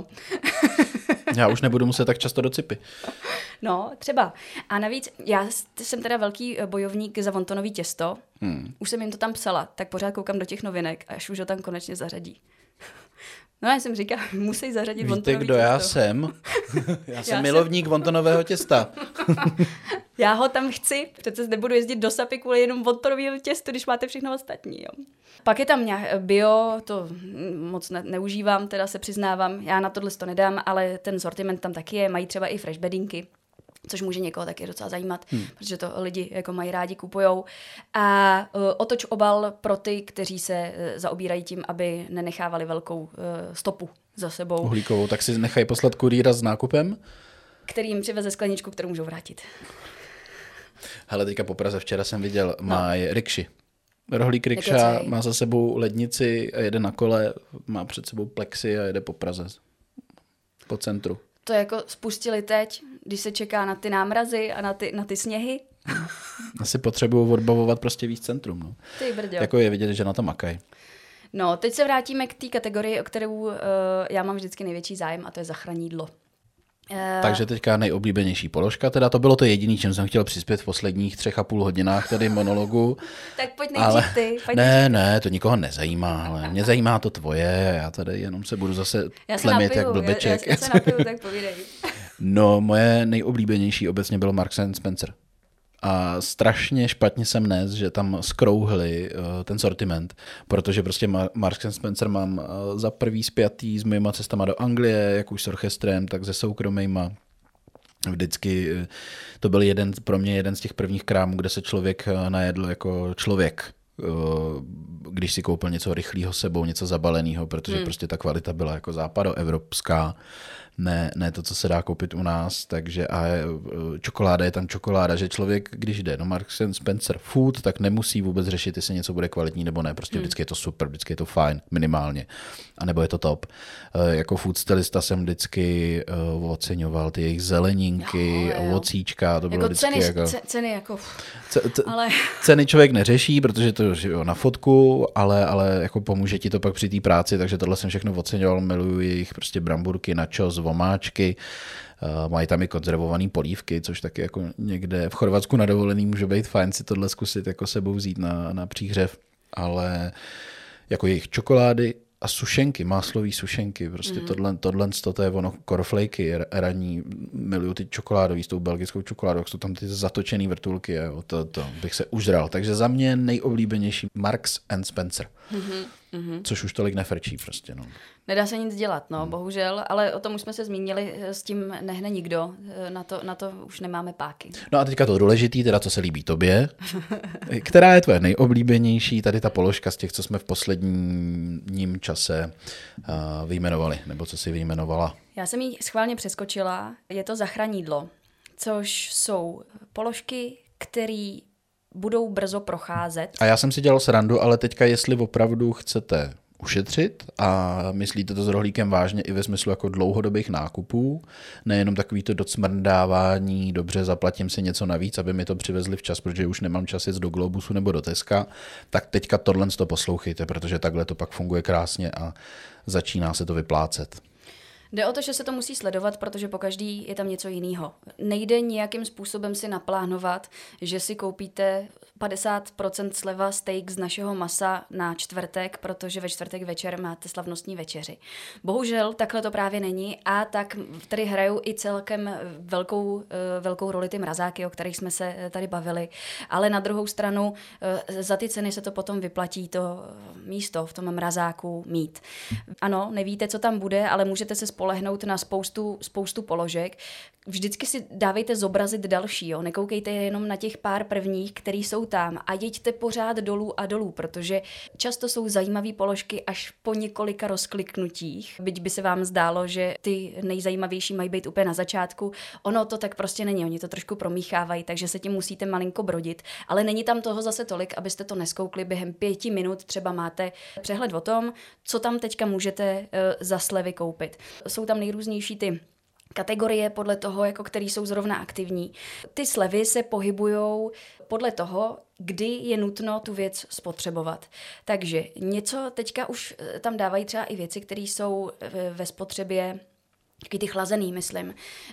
Já už nebudu muset tak často do Cipy. No, třeba. A navíc, já jsem teda velký bojovník za wontonový těsto. Už jsem jim to tam psala, tak pořád koukám do těch novinek, až už ho tam konečně zařadí. No, já jsem říkala, musí zařadit wontonový těsto. Víte, kdo já jsem? Já jsem milovník wontonového těsta. Já ho tam chci, přece nebudu jezdit do Sapy kvůli jenom wontonového těstu, když máte všechno ostatní. Jo. Pak je tam bio, to moc neužívám, teda se přiznávám, já na tohle to nedám, ale ten sortiment tam taky je, mají třeba i fresh beddinky, což může někoho taky docela zajímat, protože to lidi jako mají rádi, kupujou. A otoč obal pro ty, kteří se zaobírají tím, aby nenechávali velkou stopu za sebou. Uhlíkovou, tak si nechají poslat kurýra s nákupem? Který jim přiveze skleničku, kterou můžou vrátit. Hele, teďka po Praze včera jsem viděl, mají rikši. Rohlík rikša, má za sebou lednici a jede na kole, má před sebou plexi a jede po Praze. Po centru. To jako spustili teď, když se čeká na ty námrazy a na ty sněhy. Asi potřebuju odbavovat prostě víc centrum. No. Ty brďo. Jako je vidět, že na to makají. No, teď se vrátíme k té kategorii, o kterou já mám vždycky největší zájem, a to je zachranídlo. Takže teďka nejoblíbenější položka, teda to bylo to jediné, čím jsem chtěl přispět v posledních 3,5 hodinách tady monologu. Tak pojď nejdřív ty. Ne, to nikoho nezajímá, ale mě zajímá to tvoje, já tady jenom se budu zase tlemit jak blbeček. Já se napiju, tak povídej. No, moje nejoblíbenější obecně bylo Marks & Spencer. A strašně špatně jsem nes, že tam skrouhli ten sortiment, protože prostě Marks & Spencer mám za prvý spjatý s mýma cestama do Anglie, jak už s orchestrem, tak se soukromýma. Vždycky to byl pro mě jeden z těch prvních krámů, kde se člověk najedl jako člověk, když si koupil něco rychlého sebou, něco zabaleného, protože prostě ta kvalita byla jako západoevropská. Ne to, co se dá koupit u nás, takže a čokoláda je tam čokoláda, že člověk, když jde do Marks & Spencer Food, tak nemusí vůbec řešit, jestli něco bude kvalitní nebo ne, prostě vždycky je to super, vždycky je to fajn, minimálně, a nebo je to top. Jako food stylista jsem vždycky oceňoval ty jejich zeleninky, ovocíčka, to bylo jako vždycky ceny jako... ale... Ceny člověk neřeší, protože to je na fotku, ale jako pomůže ti to pak při té práci, takže tohle jsem všechno oceňoval, miluju jejich prostě bramburky, nachos, vomáčky, mají tam i konzervované polívky, což taky jako někde v Chorvatsku na dovolený může být fajn si tohle zkusit jako sebou vzít na příhřev, ale jako jejich čokolády a sušenky, máslový sušenky, prostě tohle to je ono, cornflakey ranní, miluju ty čokoládový s tou belgickou čokoládou, jak jsou tam ty zatočený vrtulky, jo, to bych se užral. Takže za mě nejoblíbenější Marks & Spencer. Což už tolik nefrčí prostě, no. Nedá se nic dělat, no, bohužel, ale o tom už jsme se zmínili, s tím nehne nikdo, na to už nemáme páky. No a teďka to důležitý, teda co se líbí tobě. Která je tvoje nejoblíbenější, tady ta položka z těch, co jsme v posledním čase vyjmenovali, nebo co si vyjmenovala? Já jsem ji schválně přeskočila, je to zachranídlo, což jsou položky, které budou brzo procházet. A já jsem si dělal srandu, ale teďka, jestli opravdu chcete ušetřit a myslíte to s rohlíkem vážně i ve smyslu jako dlouhodobých nákupů, nejenom takový to docmrdávání, dobře, zaplatím si něco navíc, aby mi to přivezli včas, protože už nemám čas jít do Globusu nebo do Teska, tak teďka tohle to poslouchejte, protože takhle to pak funguje krásně a začíná se to vyplácet. Jde o to, že se to musí sledovat, protože pokaždý je tam něco jiného. Nejde nějakým způsobem si naplánovat, že si koupíte 50% sleva steak z našeho masa na čtvrtek, protože ve čtvrtek večer máte slavnostní večeři. Bohužel takhle to právě není a tak tady hrajou i celkem velkou roli ty mrazáky, o kterých jsme se tady bavili. Ale na druhou stranu za ty ceny se to potom vyplatí to místo v tom mrazáku mít. Ano, nevíte, co tam bude, ale můžete se spolehnout na spoustu položek. Vždycky si dávejte zobrazit další, jo? Nekoukejte jenom na těch pár prvních, který jsou tam a jeďte pořád dolů a dolů, protože často jsou zajímavé položky až po několika rozkliknutích, byť by se vám zdálo, že ty nejzajímavější mají být úplně na začátku. Ono to tak prostě není, oni to trošku promíchávají, takže se tím musíte malinko brodit, ale není tam toho zase tolik, abyste to neskoukli během 5 minut, třeba máte přehled o tom, co tam teďka můžete za slevy koupit. Jsou tam nejrůznější ty kategorie podle toho, jako který jsou zrovna aktivní. Ty slevy se pohybujou podle toho, kdy je nutno tu věc spotřebovat. Takže něco teďka už tam dávají třeba i věci, které jsou ve spotřebě, taky ty chlazený, myslím,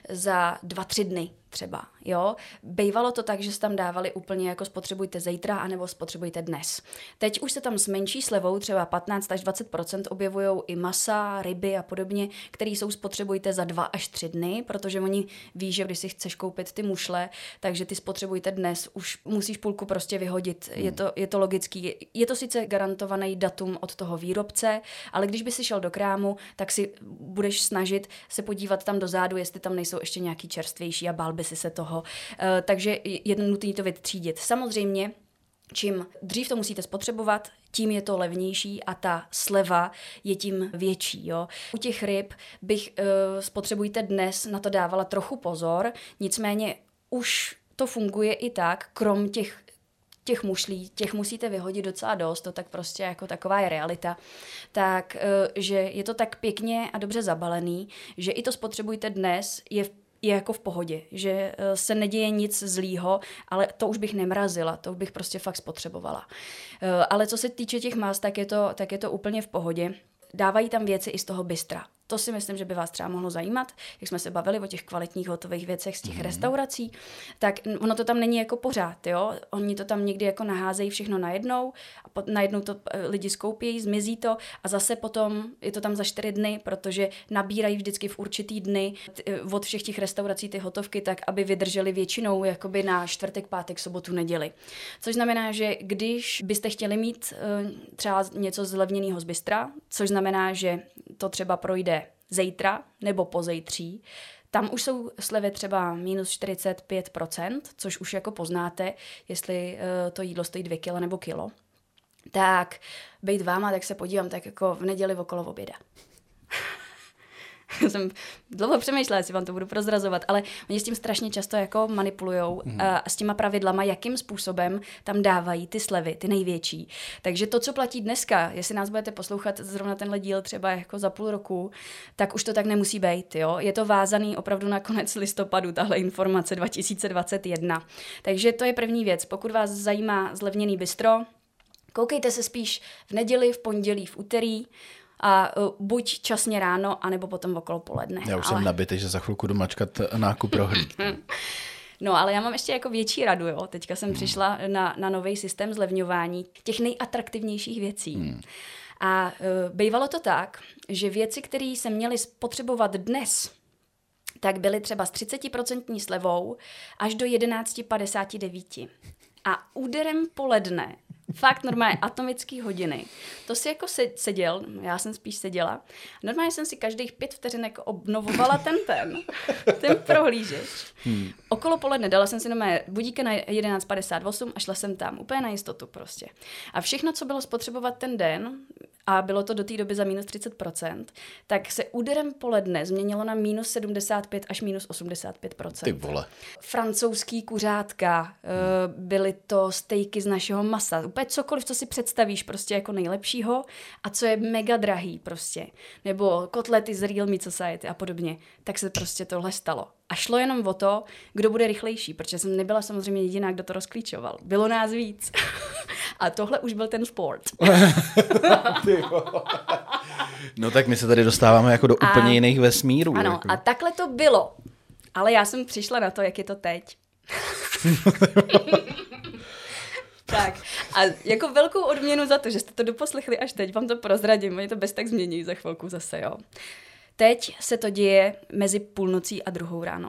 za 2-3 dny třeba, jo. Bejvalo to tak, že se tam dávali úplně jako spotřebujte zítra, anebo spotřebujte dnes. Teď už se tam s menší slevou, třeba 15 až 20% objevujou i masa, ryby a podobně, které jsou spotřebujte za 2 až 3 dny, protože oni ví, že když si chceš koupit ty mušle, takže ty spotřebujte dnes, už musíš půlku prostě vyhodit. Je to logický. Je to sice garantovaný datum od toho výrobce, ale když by si šel do krámu, tak si budeš snažit se podívat tam dozadu, jestli tam nejsou ještě nějaký čerstvější a bál by si se toho. Takže je nutné to vytřídit. Samozřejmě, čím dřív to musíte spotřebovat, tím je to levnější a ta sleva je tím větší. Jo. U těch ryb bych spotřebujte dnes na to dávala trochu pozor, nicméně už to funguje i tak, krom těch mušlí, těch musíte vyhodit docela dost, to tak prostě jako taková je realita, tak, že je to tak pěkně a dobře zabalený, že i to spotřebujte dnes je jako v pohodě, že se neděje nic zlýho, ale to už bych nemrazila, to už bych prostě fakt spotřebovala. Ale co se týče těch mas, tak je to úplně v pohodě. Dávají tam věci i z toho bystra. To si myslím, že by vás třeba mohlo zajímat, jak jsme se bavili o těch kvalitních hotových věcech z těch restaurací, tak ono to tam není jako pořád, jo. Oni to tam někdy jako naházejí všechno najednou a najednou to lidi skoupí, zmizí to a zase potom je to tam za 4 dny, protože nabírají vždycky v určitý dny od všech těch restaurací ty hotovky tak, aby vydrželi většinou jakoby na čtvrtek, pátek, sobotu, neděli. Což znamená, že když byste chtěli mít třeba něco zlevněného z bystra, což znamená, že to třeba projde zítra nebo pozejtří, tam už jsou slevy třeba minus 45%, což už jako poznáte, jestli to jídlo stojí 2 kilo nebo kilo. Tak bejt váma, tak se podívám tak jako v neděli okolo oběda. Jsem dlouho přemýšlela, jestli vám to budu prozrazovat, ale oni s tím strašně často jako manipulujou a s těma pravidlama, jakým způsobem tam dávají ty slevy, ty největší. Takže to, co platí dneska, jestli nás budete poslouchat zrovna tenhle díl třeba jako za půl roku, tak už to tak nemusí být, jo. Je to vázaný opravdu na konec listopadu, tahle informace 2021. Takže to je první věc. Pokud vás zajímá zlevněný bistro, koukejte se spíš v neděli, v pondělí, v úterý, a buď časně ráno, anebo potom okolo poledne. Já už jsem nabitý, že za chvilku jdu mačkat nákup rohlík. No, ale já mám ještě jako větší radu, jo. Teďka jsem přišla na nový systém zlevňování těch nejatraktivnějších věcí. A bývalo to tak, že věci, které se měly spotřebovat dnes, tak byly třeba s 30% slevou až do 11:59. A úderem poledne, fakt normálně atomický hodiny, to si jako seděl, já jsem spíš seděla, normálně jsem si každých 5 vteřinek obnovovala ten prohlížeč. Okolo poledne dala jsem si normálně budíka na 11:58 a šla jsem tam, úplně na jistotu prostě. A všechno, co bylo spotřebovat ten den, a bylo to do té doby za minus 30%, tak se úderem poledne změnilo na minus 75 až minus 85%. Ty vole. Francouzský kuřátka, byly to stejky z našeho masa, úplně cokoliv, co si představíš prostě jako nejlepšího a co je mega drahý prostě, nebo kotlety z Real Meat Society a podobně, tak se prostě tohle stalo. A šlo jenom o to, kdo bude rychlejší, protože jsem nebyla samozřejmě jediná, kdo to rozklíčoval. Bylo nás víc. A tohle už byl ten sport. No tak my se tady dostáváme jako do úplně jiných vesmírů. Ano, jako. a takhle to bylo. Ale já jsem přišla na to, jak je to teď. Tak a jako velkou odměnu za to, že jste to doposlechli až teď, vám to prozradím, oni to bez tak změní za chvilku zase, jo. Teď se to děje mezi půlnocí a 2 ráno.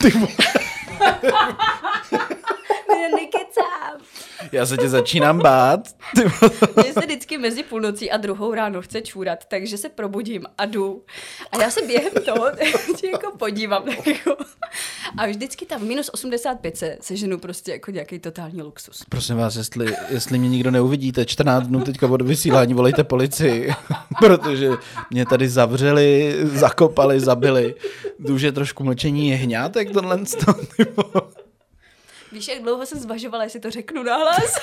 Já nekecám. Já se tě začínám bát. Mně se vždycky mezi půlnocí a 2 ráno chce čůrat, takže se probudím a jdu. A já se během toho jako podívám. Tak jako. A vždycky tam v minus 85 se seženu prostě jako nějaký totální luxus. Prosím vás, jestli mě nikdo neuvidíte, 14 dnů teďka od vysílání, volejte policii, protože mě tady zavřeli, zakopali, zabili. Už je trošku mlčení jehňátek tohle. Víš, jak dlouho jsem zvažovala, jestli to řeknu nahlas?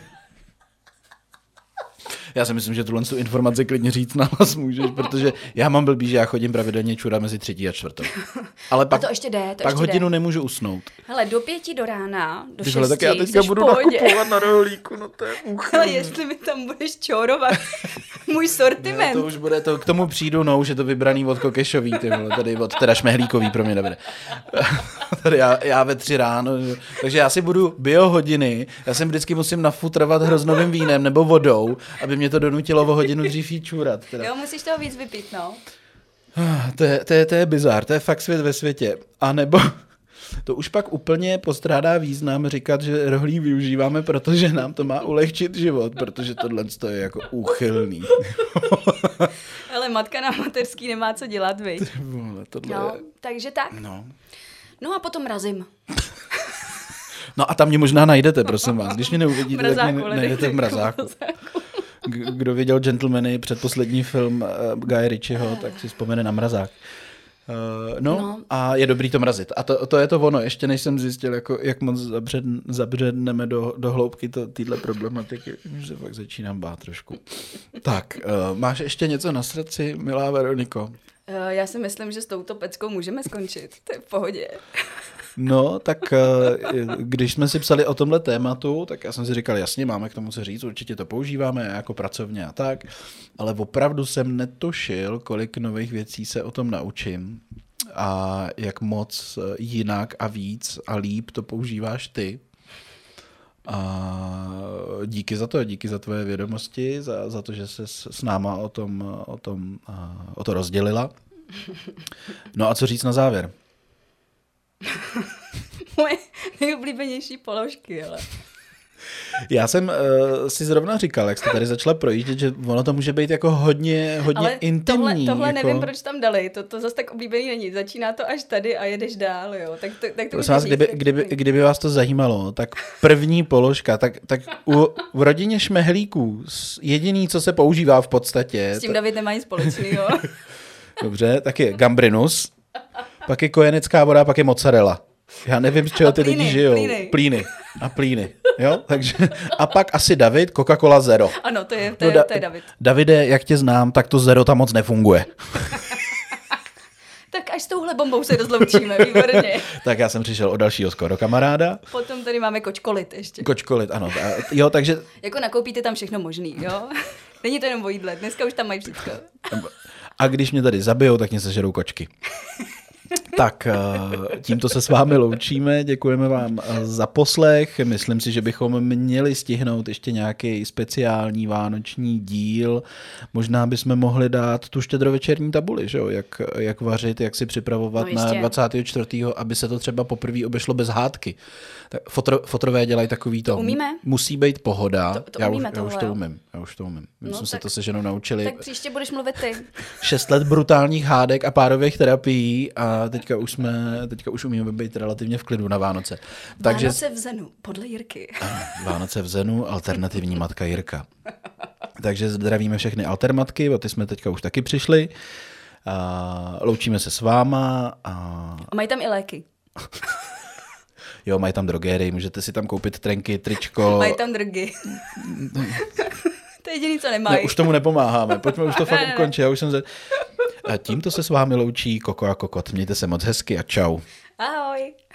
Já si myslím, že tuhle informaci klidně říct nahlas můžeš, protože já mám blbý, že já chodím pravidelně čurat mezi 3. a 4. Ale pak, a to ještě jde, pak hodinu nemůžu usnout. Hele, do 5 do rána, do 6 tak já teďka budu nakupovat na rohlíku, no to je úchylný. Ale jestli mi tam budeš čórovat můj sortiment. Ne, to už bude, k tomu přijdu, no, už je to vybraný od Kokešový, ty vole, tady od teda Šmehlíkový pro mě nebude. Tady já ve 3 ráno, takže já si budu biohodiny, já si vždycky musím nafutrovat hroznovým vínem nebo vodou, aby mě to donutilo o hodinu dřív jít čůrat. Teda. Jo, musíš toho víc vypít, no. To je bizár, to je fakt svět ve světě. A nebo to už pak úplně postrádá význam říkat, že rohlí využíváme, protože nám to má ulehčit život, protože tohle je jako úchylný. Ale matka na mateřský nemá co dělat, viď? No, takže tak. No a potom razím. No a tam mě možná najdete, prosím vás. Když mě neuvidíte, tak mě najdete v mrazáku. Kdo viděl Gentlemany, předposlední film Guy Ritchieho, tak si vzpomene na mrazák. No a je dobrý to mrazit. A to je to ono. Ještě než jsem zjistil, jako, jak moc zabředneme do hloubky téhle problematiky, už se fakt začínám bát trošku. Tak, máš ještě něco na srdci, milá Veroniko? Já si myslím, že s touto peckou můžeme skončit. To je v pohodě. No, tak když jsme si psali o tomhle tématu, tak já jsem si říkal, jasně, máme k tomu co říct, určitě to používáme jako pracovně a tak, ale opravdu jsem netušil, kolik nových věcí se o tom naučím a jak moc jinak a víc a líp to používáš ty. A díky za to, díky za tvoje vědomosti, za to, že jsi s náma o to rozdělila. No a co říct na závěr? Moje nejoblíbenější položky, ale... Já jsem si zrovna říkal, jak jste tady začala projíždět, že ono to může být jako hodně ale intimní. Tohle jako... nevím, proč tam dali, to zase tak oblíbený není. Začíná to až tady a jedeš dál, jo. Tak to prosím vás, kdyby vás to zajímalo, tak první položka, tak v rodině Šmehlíků jediný, co se používá v podstatě... S tím David nemá nic společného. Dobře, tak je gambrinus, pak je kojenecká voda, pak je mozzarella. Já nevím, z čeho ty lidi žijou. Plíny. Jo? Takže, a pak asi David, Coca-Cola Zero. Ano, to je David. Davide, jak tě znám, tak to Zero tam moc nefunguje. Tak až s touhle bombou se rozloučíme, výborně. Tak já jsem přišel o dalšího skoro kamaráda. Potom tady máme kočkolit ještě. Kočkolit, ano. Jo, takže... Jako nakoupíte tam všechno možný, jo? Není to jenom o jídle, dneska už tam mají všechno. A když mě tady zabijou, tak mě sežerou kočky. Tak tímto se s vámi loučíme, děkujeme vám za poslech, myslím si, že bychom měli stihnout ještě nějaký speciální vánoční díl, možná bychom mohli dát tu štědrovečerní tabuli, že jo? Jak vařit, jak si připravovat na 24., aby se to třeba poprvé obešlo bez hádky. Tak fotrové dělají takový to. Umíme? Musí být pohoda. Já už to umím. My jsme se to se ženou naučili. Tak příště budeš mluvit ty. 6 let brutálních hádek a párových terapií a teďka už umíme být relativně v klidu na Vánoce. Vánoce v Zenu, podle Jirky. Vánoce v Zenu, alternativní matka Jirka. Takže zdravíme všechny altermatky, o ty jsme teďka už taky přišli. Loučíme se s váma. A mají tam i léky. Jo, mají tam drogéry, můžete si tam koupit trenky, tričko. Mají tam drogy. To je jediný, co nemají. Ne, už tomu nepomáháme, pojďme už to fakt ukončit. Já už jsem A tímto se s vámi loučí Koko a Kokot. Mějte se moc hezky a čau. Ahoj.